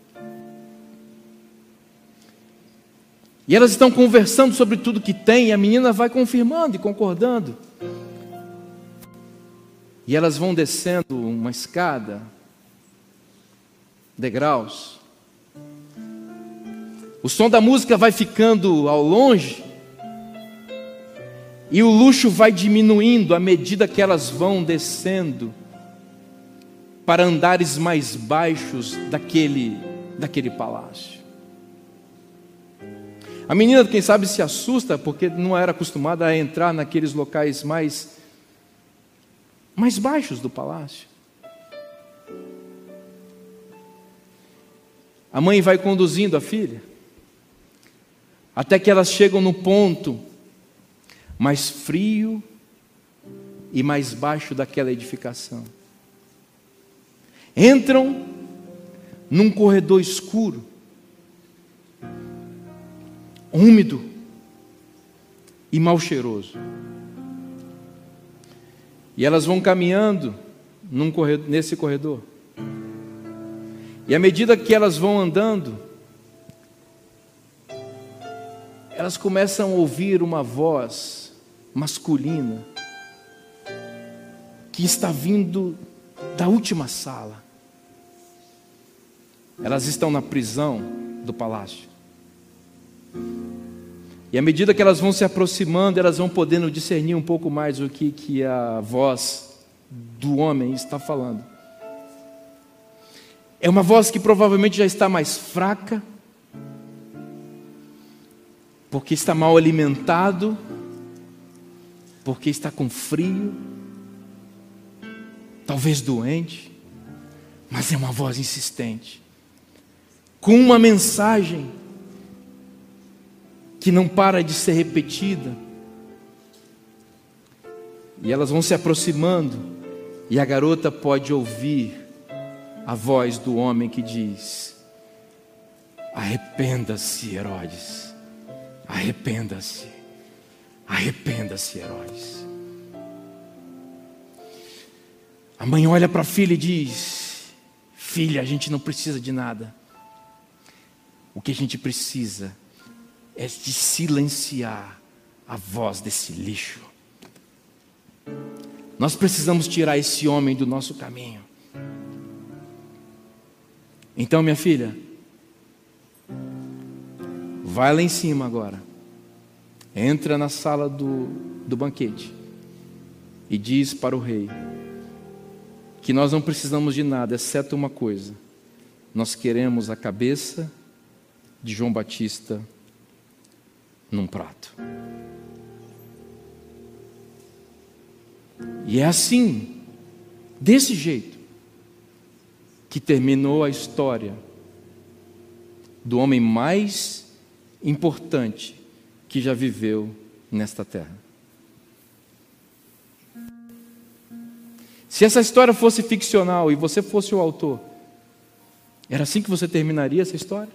E elas estão conversando sobre tudo que tem, e a menina vai confirmando e concordando. E elas vão descendo uma escada, degraus. O som da música vai ficando ao longe, e o luxo vai diminuindo à medida que elas vão descendo para andares mais baixos daquele palácio. A menina, quem sabe, se assusta porque não era acostumada a entrar naqueles locais mais baixos do palácio. A mãe vai conduzindo a filha até que elas chegam no ponto mais frio e mais baixo daquela edificação. Entram num corredor escuro, úmido e mal cheiroso. E elas vão caminhando nesse corredor. E à medida que elas vão andando, elas começam a ouvir uma voz masculina que está vindo da última sala. Elas estão na prisão do palácio. E à medida que elas vão se aproximando, elas vão podendo discernir um pouco mais o que a voz do homem está falando. É uma voz que provavelmente já está mais fraca, porque está mal alimentado, porque está com frio, talvez doente, mas é uma voz insistente, com uma mensagem que não para de ser repetida. E elas vão se aproximando, e a garota pode ouvir a voz do homem que diz: arrependa-se, Herodes, arrependa-se, arrependa-se, Herodes. A mãe olha para a filha e diz: filha, a gente não precisa de nada. O que a gente precisa é de silenciar a voz desse lixo. Nós precisamos tirar esse homem do nosso caminho. Então, minha filha, vai lá em cima agora, entra na sala do banquete e diz para o rei que nós não precisamos de nada, exceto uma coisa: nós queremos a cabeça de João Batista num prato. E é assim, desse jeito, que terminou a história do homem mais importante que já viveu nesta terra. Se essa história fosse ficcional e você fosse o autor, era assim que você terminaria essa história?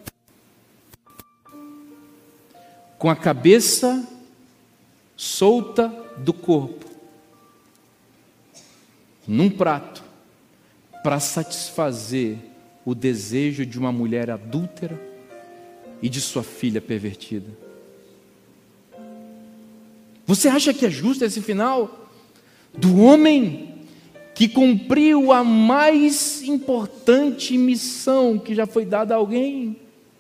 Com a cabeça solta do corpo, num prato, para satisfazer o desejo de uma mulher adúltera e de sua filha pervertida. Você acha que é justo esse final? Do homem que cumpriu a mais importante missão que já foi dada a alguém?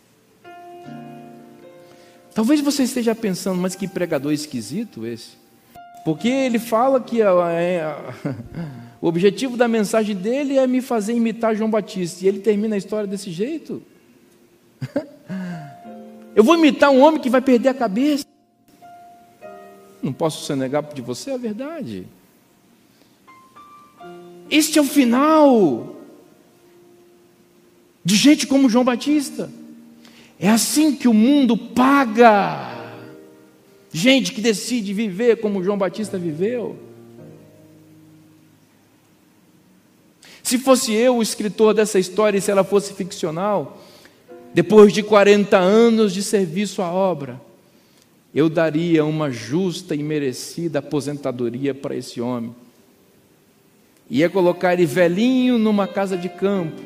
Talvez você esteja pensando, mas que pregador esquisito esse. Porque ele fala que o objetivo da mensagem dele é me fazer imitar João Batista. E ele termina a história desse jeito. Eu vou imitar um homem que vai perder a cabeça. Não posso sonegar de você a verdade. Este é o final de gente como João Batista. É assim que o mundo paga gente que decide viver como João Batista viveu. Se fosse eu o escritor dessa história, e se ela fosse ficcional, depois de 40 anos de serviço à obra, eu daria uma justa e merecida aposentadoria para esse homem. Ia colocar ele velhinho numa casa de campo,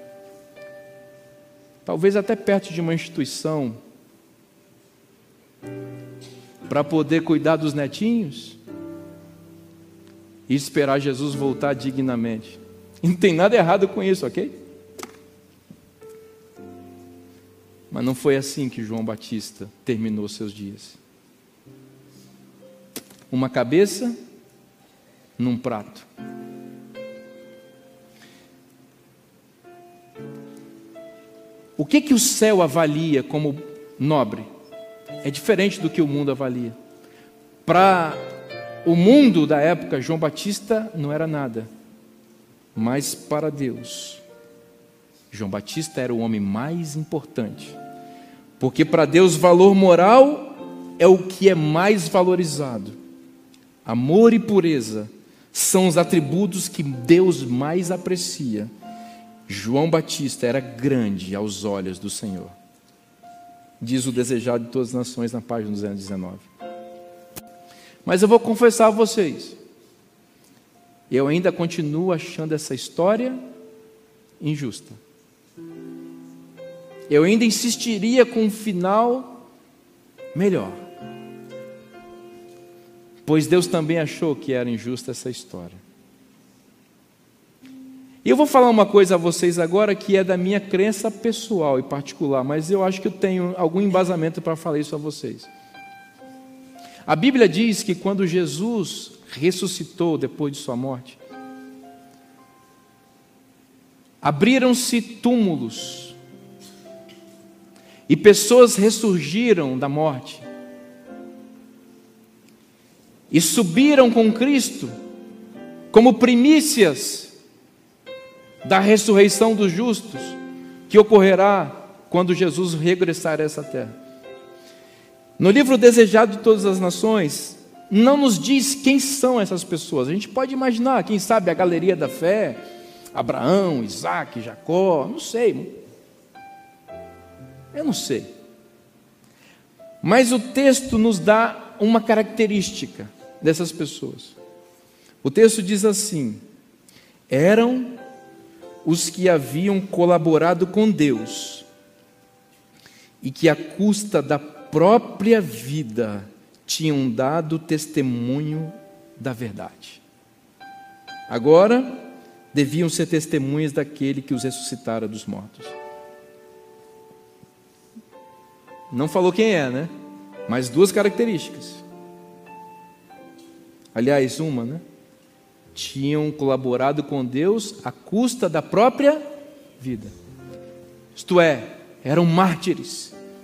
talvez até perto de uma instituição, para poder cuidar dos netinhos e esperar Jesus voltar dignamente. E não tem nada errado com isso, ok? Mas não foi assim que João Batista terminou seus dias. Uma cabeça num prato. O que o céu avalia como nobre é diferente do que o mundo avalia. Para o mundo da época, João Batista não era nada, mas para Deus, João Batista era o homem mais importante, porque para Deus valor moral é o que é mais valorizado. Amor e pureza são os atributos que Deus mais aprecia. João Batista era grande aos olhos do Senhor. Diz o Desejado de Todas as Nações na página 219. Mas eu vou confessar a vocês, eu ainda continuo achando essa história injusta. Eu ainda insistiria com um final melhor, pois Deus também achou que era injusta essa história. E eu vou falar uma coisa a vocês agora que é da minha crença pessoal e particular, mas eu acho que eu tenho algum embasamento para falar isso a vocês. A Bíblia diz que quando Jesus ressuscitou depois de sua morte, abriram-se túmulos e pessoas ressurgiram da morte e subiram com Cristo como primícias da ressurreição dos justos, que ocorrerá quando Jesus regressar a essa terra. No livro Desejado de Todas as Nações, não nos diz quem são essas pessoas. A gente pode imaginar, quem sabe a galeria da fé, Abraão, Isaac, Jacó, não sei. Eu não sei. Mas o texto nos dá uma característica dessas pessoas. O texto diz assim: eram os que haviam colaborado com Deus e que à custa da própria vida tinham dado testemunho da verdade. Agora deviam ser testemunhas daquele que os ressuscitara dos mortos. Não falou quem é, né? Mas duas características. Aliás, uma, né? Tinham colaborado com Deus à custa da própria vida. Isto é, eram mártires,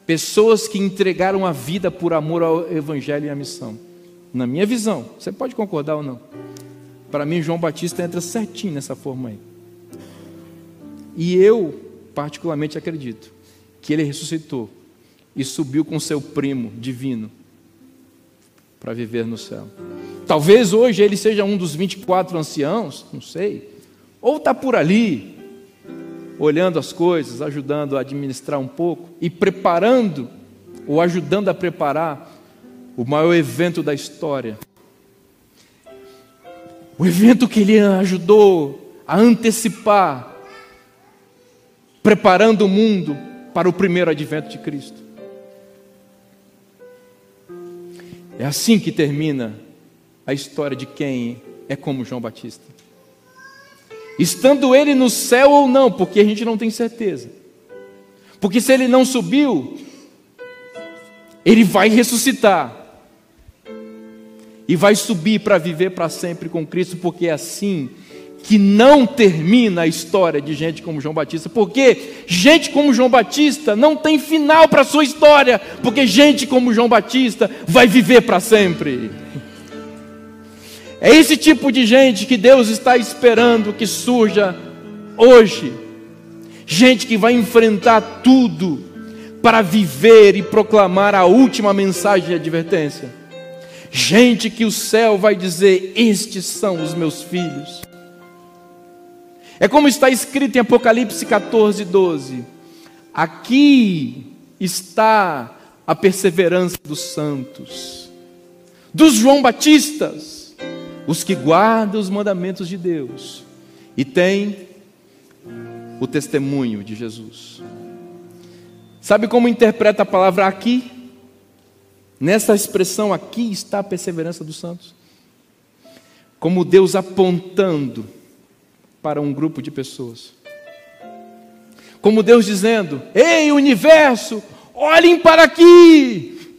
Pessoas que entregaram a vida por amor ao Evangelho e à missão. Na minha visão, você pode concordar ou não? Para mim, João Batista entra certinho nessa forma aí. E eu, particularmente, acredito que ele ressuscitou e subiu com seu primo divino para viver no céu. Talvez hoje ele seja um dos 24 anciãos, não sei. Ou está por ali, olhando as coisas, ajudando a administrar um pouco e preparando, ou ajudando a preparar o maior evento da história. O evento que ele ajudou a antecipar, preparando o mundo para o primeiro advento de Cristo. É assim que termina a história de quem é como João Batista. Estando ele no céu ou não, porque a gente não tem certeza. Porque se ele não subiu, ele vai ressuscitar. E vai subir para viver para sempre com Cristo, porque é assim que não termina a história de gente como João Batista. Porque gente como João Batista não tem final para a sua história, porque gente como João Batista vai viver para sempre. É esse tipo de gente que Deus está esperando que surja hoje. Gente que vai enfrentar tudo para viver e proclamar a última mensagem de advertência. Gente que o céu vai dizer: estes são os meus filhos. É como está escrito em Apocalipse 14:12. Aqui está a perseverança dos santos, dos João Batistas, os que guardam os mandamentos de Deus e têm o testemunho de Jesus. Sabe como interpreta a palavra aqui? Nessa expressão, aqui está a perseverança dos santos. Como Deus apontando para um grupo de pessoas. Como Deus dizendo: ei, universo, olhem para aqui.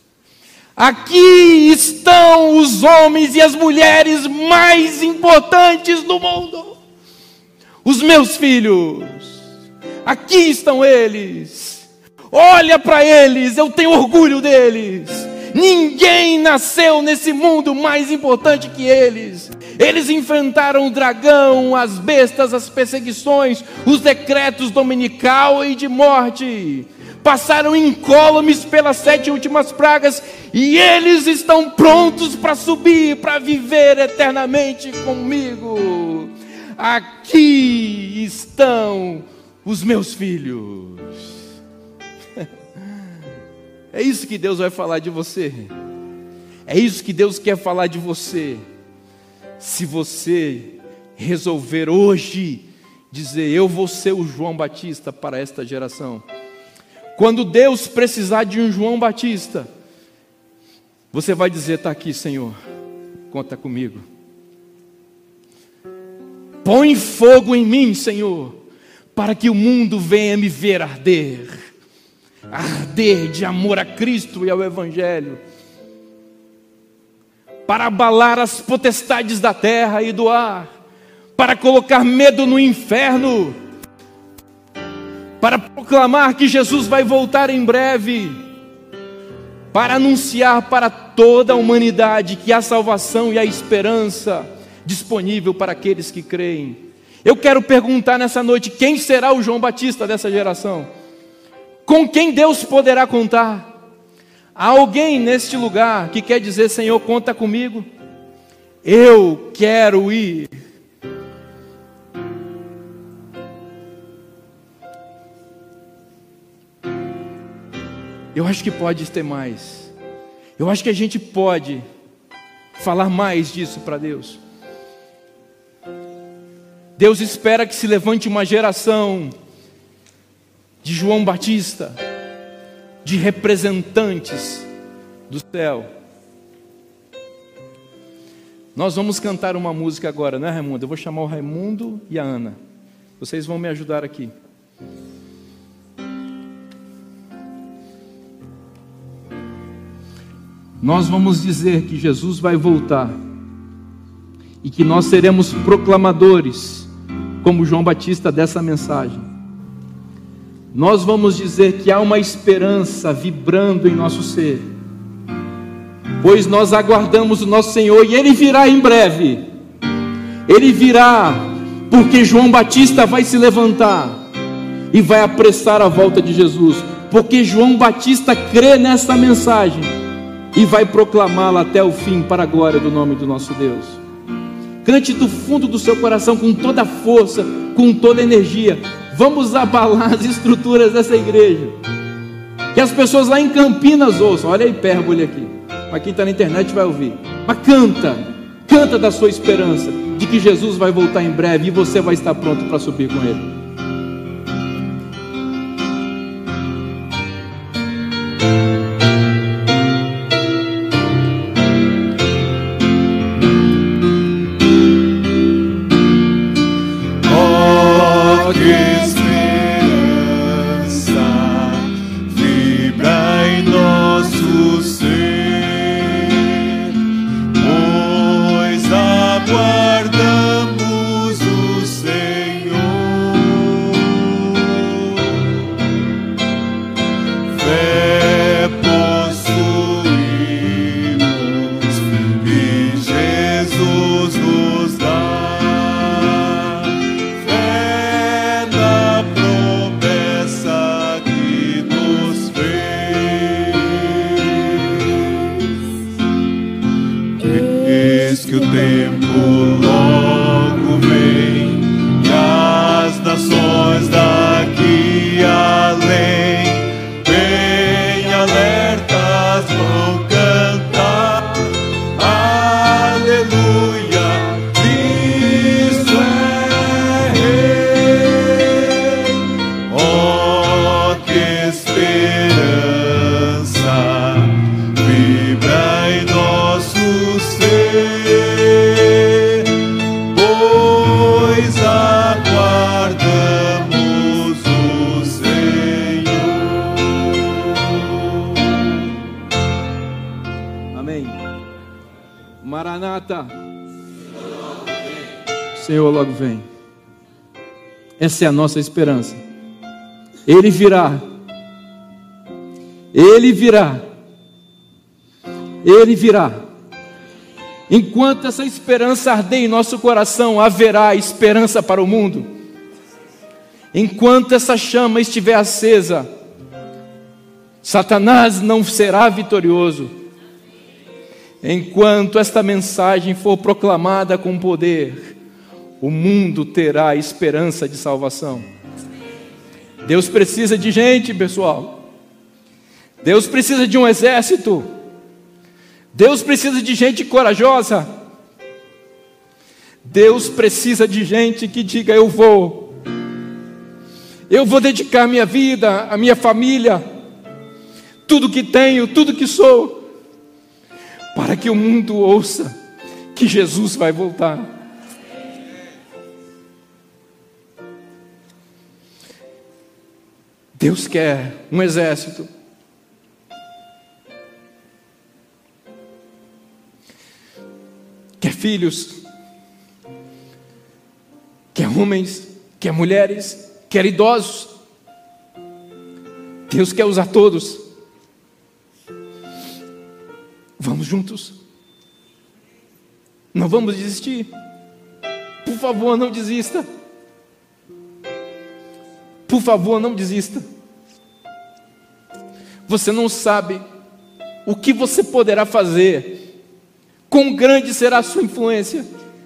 Aqui estão os homens e as mulheres mais importantes do mundo. Os meus filhos. Aqui estão eles. Olha para eles, eu tenho orgulho deles. Ninguém nasceu nesse mundo mais importante que eles. Eles enfrentaram o dragão, as bestas, as perseguições, os decretos dominical e de morte. Passaram incólumes pelas 7 últimas pragas e eles estão prontos para subir, para viver eternamente comigo. Aqui estão os meus filhos. É isso que Deus vai falar de você. É isso que Deus quer falar de você. Se você resolver hoje dizer: eu vou ser o João Batista para esta geração. Quando Deus precisar de um João Batista, você vai dizer: está aqui, Senhor, conta comigo. Põe fogo em mim, Senhor, para que o mundo venha me ver arder. Arder de amor a Cristo e ao Evangelho, para abalar as potestades da terra e do ar, para colocar medo no inferno, para proclamar que Jesus vai voltar em breve, para anunciar para toda a humanidade que há salvação e há esperança disponível para aqueles que creem. Eu quero perguntar nessa noite: quem será o João Batista dessa geração? Com quem Deus poderá contar? Há alguém neste lugar que quer dizer: Senhor, conta comigo, eu quero ir. Eu acho que pode ter mais. Eu acho que a gente pode falar mais disso para Deus. Deus espera que se levante uma geração de João Batista, de representantes do céu. Nós vamos cantar uma música agora, né, Raimundo? Eu vou chamar o Raimundo e a Ana. Vocês vão me ajudar aqui. Nós vamos dizer que Jesus vai voltar e que nós seremos proclamadores, como João Batista, dessa mensagem. nós vamos dizer que há uma esperança vibrando em nosso ser, pois nós aguardamos o nosso Senhor e Ele virá em breve. Ele virá porque João Batista vai se levantar e vai apressar a volta de Jesus, porque João Batista crê nessa mensagem e vai proclamá-la até o fim para a glória do nome do nosso Deus. Cante do fundo do seu coração com toda a força, com toda a energia. Vamos abalar as estruturas dessa igreja, que as pessoas lá em Campinas ouçam. Olha a hipérbole aqui, mas quem está na internet vai ouvir. Mas canta da sua esperança de que Jesus vai voltar em breve e você vai estar pronto para subir com Ele. Senhor logo vem. Essa é a nossa esperança. Ele virá. Ele virá. Ele virá. Enquanto essa esperança arder em nosso coração, haverá esperança para o mundo. Enquanto essa chama estiver acesa, Satanás não será vitorioso. Enquanto esta mensagem for proclamada com poder, o mundo terá esperança de salvação. Deus precisa de gente, pessoal. Deus precisa de um exército. Deus precisa de gente corajosa. Deus precisa de gente que diga: eu vou dedicar minha vida, a minha família, tudo que tenho, tudo que sou, para que o mundo ouça que Jesus vai voltar. Deus quer um exército. Quer filhos, quer homens, quer mulheres, quer idosos. Deus quer usar todos. Vamos juntos. Não vamos desistir. Por favor, não desista. Por favor, não desista. Você não sabe o que você poderá fazer, quão grande será a sua influência,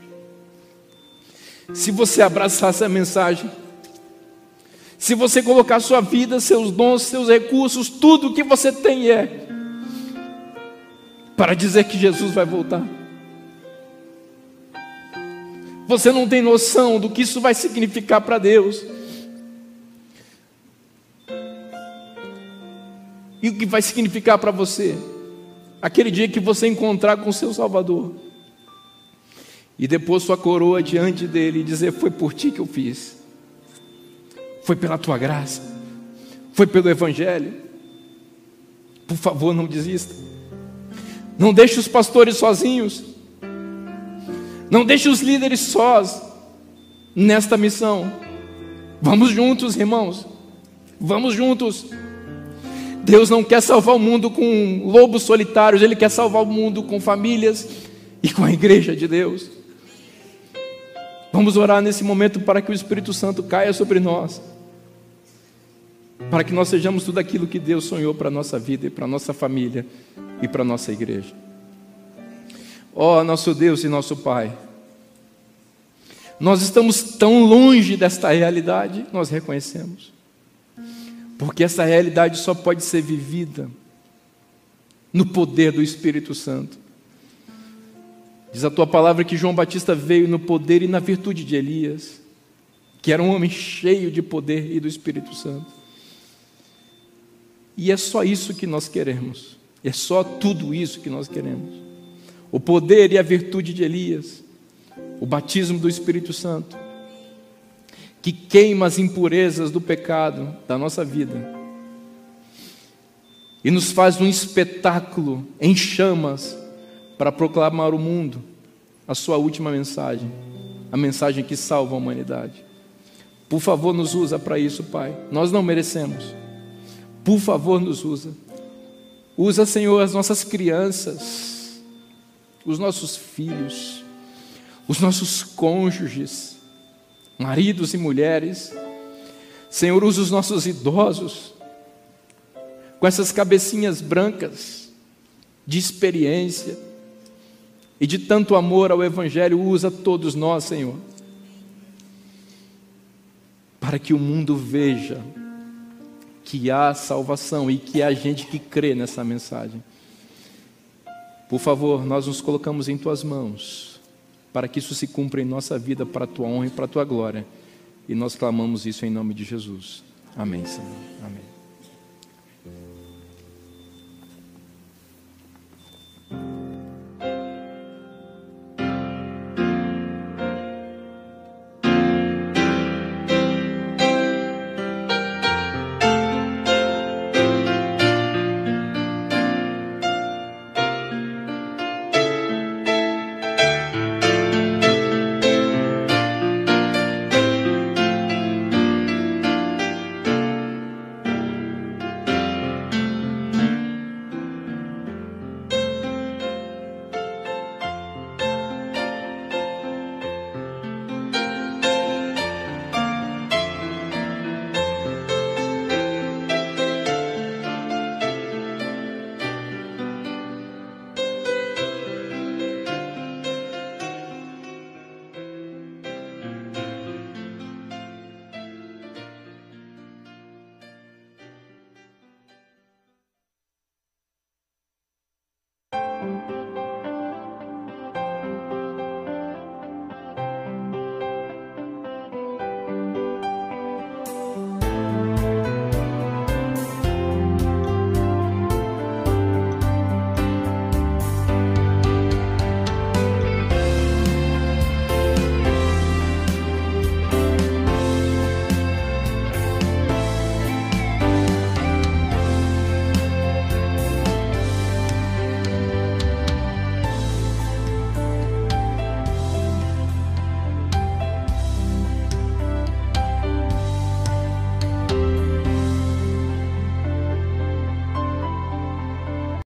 se você abraçar essa mensagem, se você colocar sua vida, seus dons, seus recursos, tudo o que você tem para dizer que Jesus vai voltar. Você não tem noção do que isso vai significar para Deus. E o que vai significar para você aquele dia que você encontrar com o seu Salvador e depois sua coroa diante dele e dizer: foi por ti que eu fiz, foi pela tua graça, foi pelo Evangelho. Por favor, não desista. Não deixe os pastores sozinhos. Não deixe os líderes sós nesta missão. Vamos juntos, irmãos. Vamos juntos. Deus não quer salvar o mundo com lobos solitários, Ele quer salvar o mundo com famílias e com a igreja de Deus. Vamos orar nesse momento para que o Espírito Santo caia sobre nós, para que nós sejamos tudo aquilo que Deus sonhou para a nossa vida e para a nossa família e para a nossa igreja. Ó nosso Deus e nosso Pai, nós estamos tão longe desta realidade, nós reconhecemos, porque essa realidade só pode ser vivida no poder do Espírito Santo. Diz a tua palavra que João Batista veio no poder e na virtude de Elias, que era um homem cheio de poder e do Espírito Santo. E é só isso que nós queremos, é só tudo isso que nós queremos. O poder e a virtude de Elias, o batismo do Espírito Santo, que queima as impurezas do pecado da nossa vida e nos faz um espetáculo em chamas para proclamar ao mundo a sua última mensagem, a mensagem que salva a humanidade. Por favor, nos usa para isso, Pai. Nós não merecemos. Por favor, nos usa. Usa, Senhor, as nossas crianças, os nossos filhos, os nossos cônjuges, maridos e mulheres. Senhor, usa os nossos idosos, com essas cabecinhas brancas de experiência e de tanto amor ao Evangelho. Usa todos nós, Senhor, para que o mundo veja que há salvação e que há gente que crê nessa mensagem. Por favor, nós nos colocamos em Tuas mãos, para que isso se cumpra em nossa vida, para a Tua honra e para a Tua glória. E nós clamamos isso em nome de Jesus. Amém, Senhor. Amém.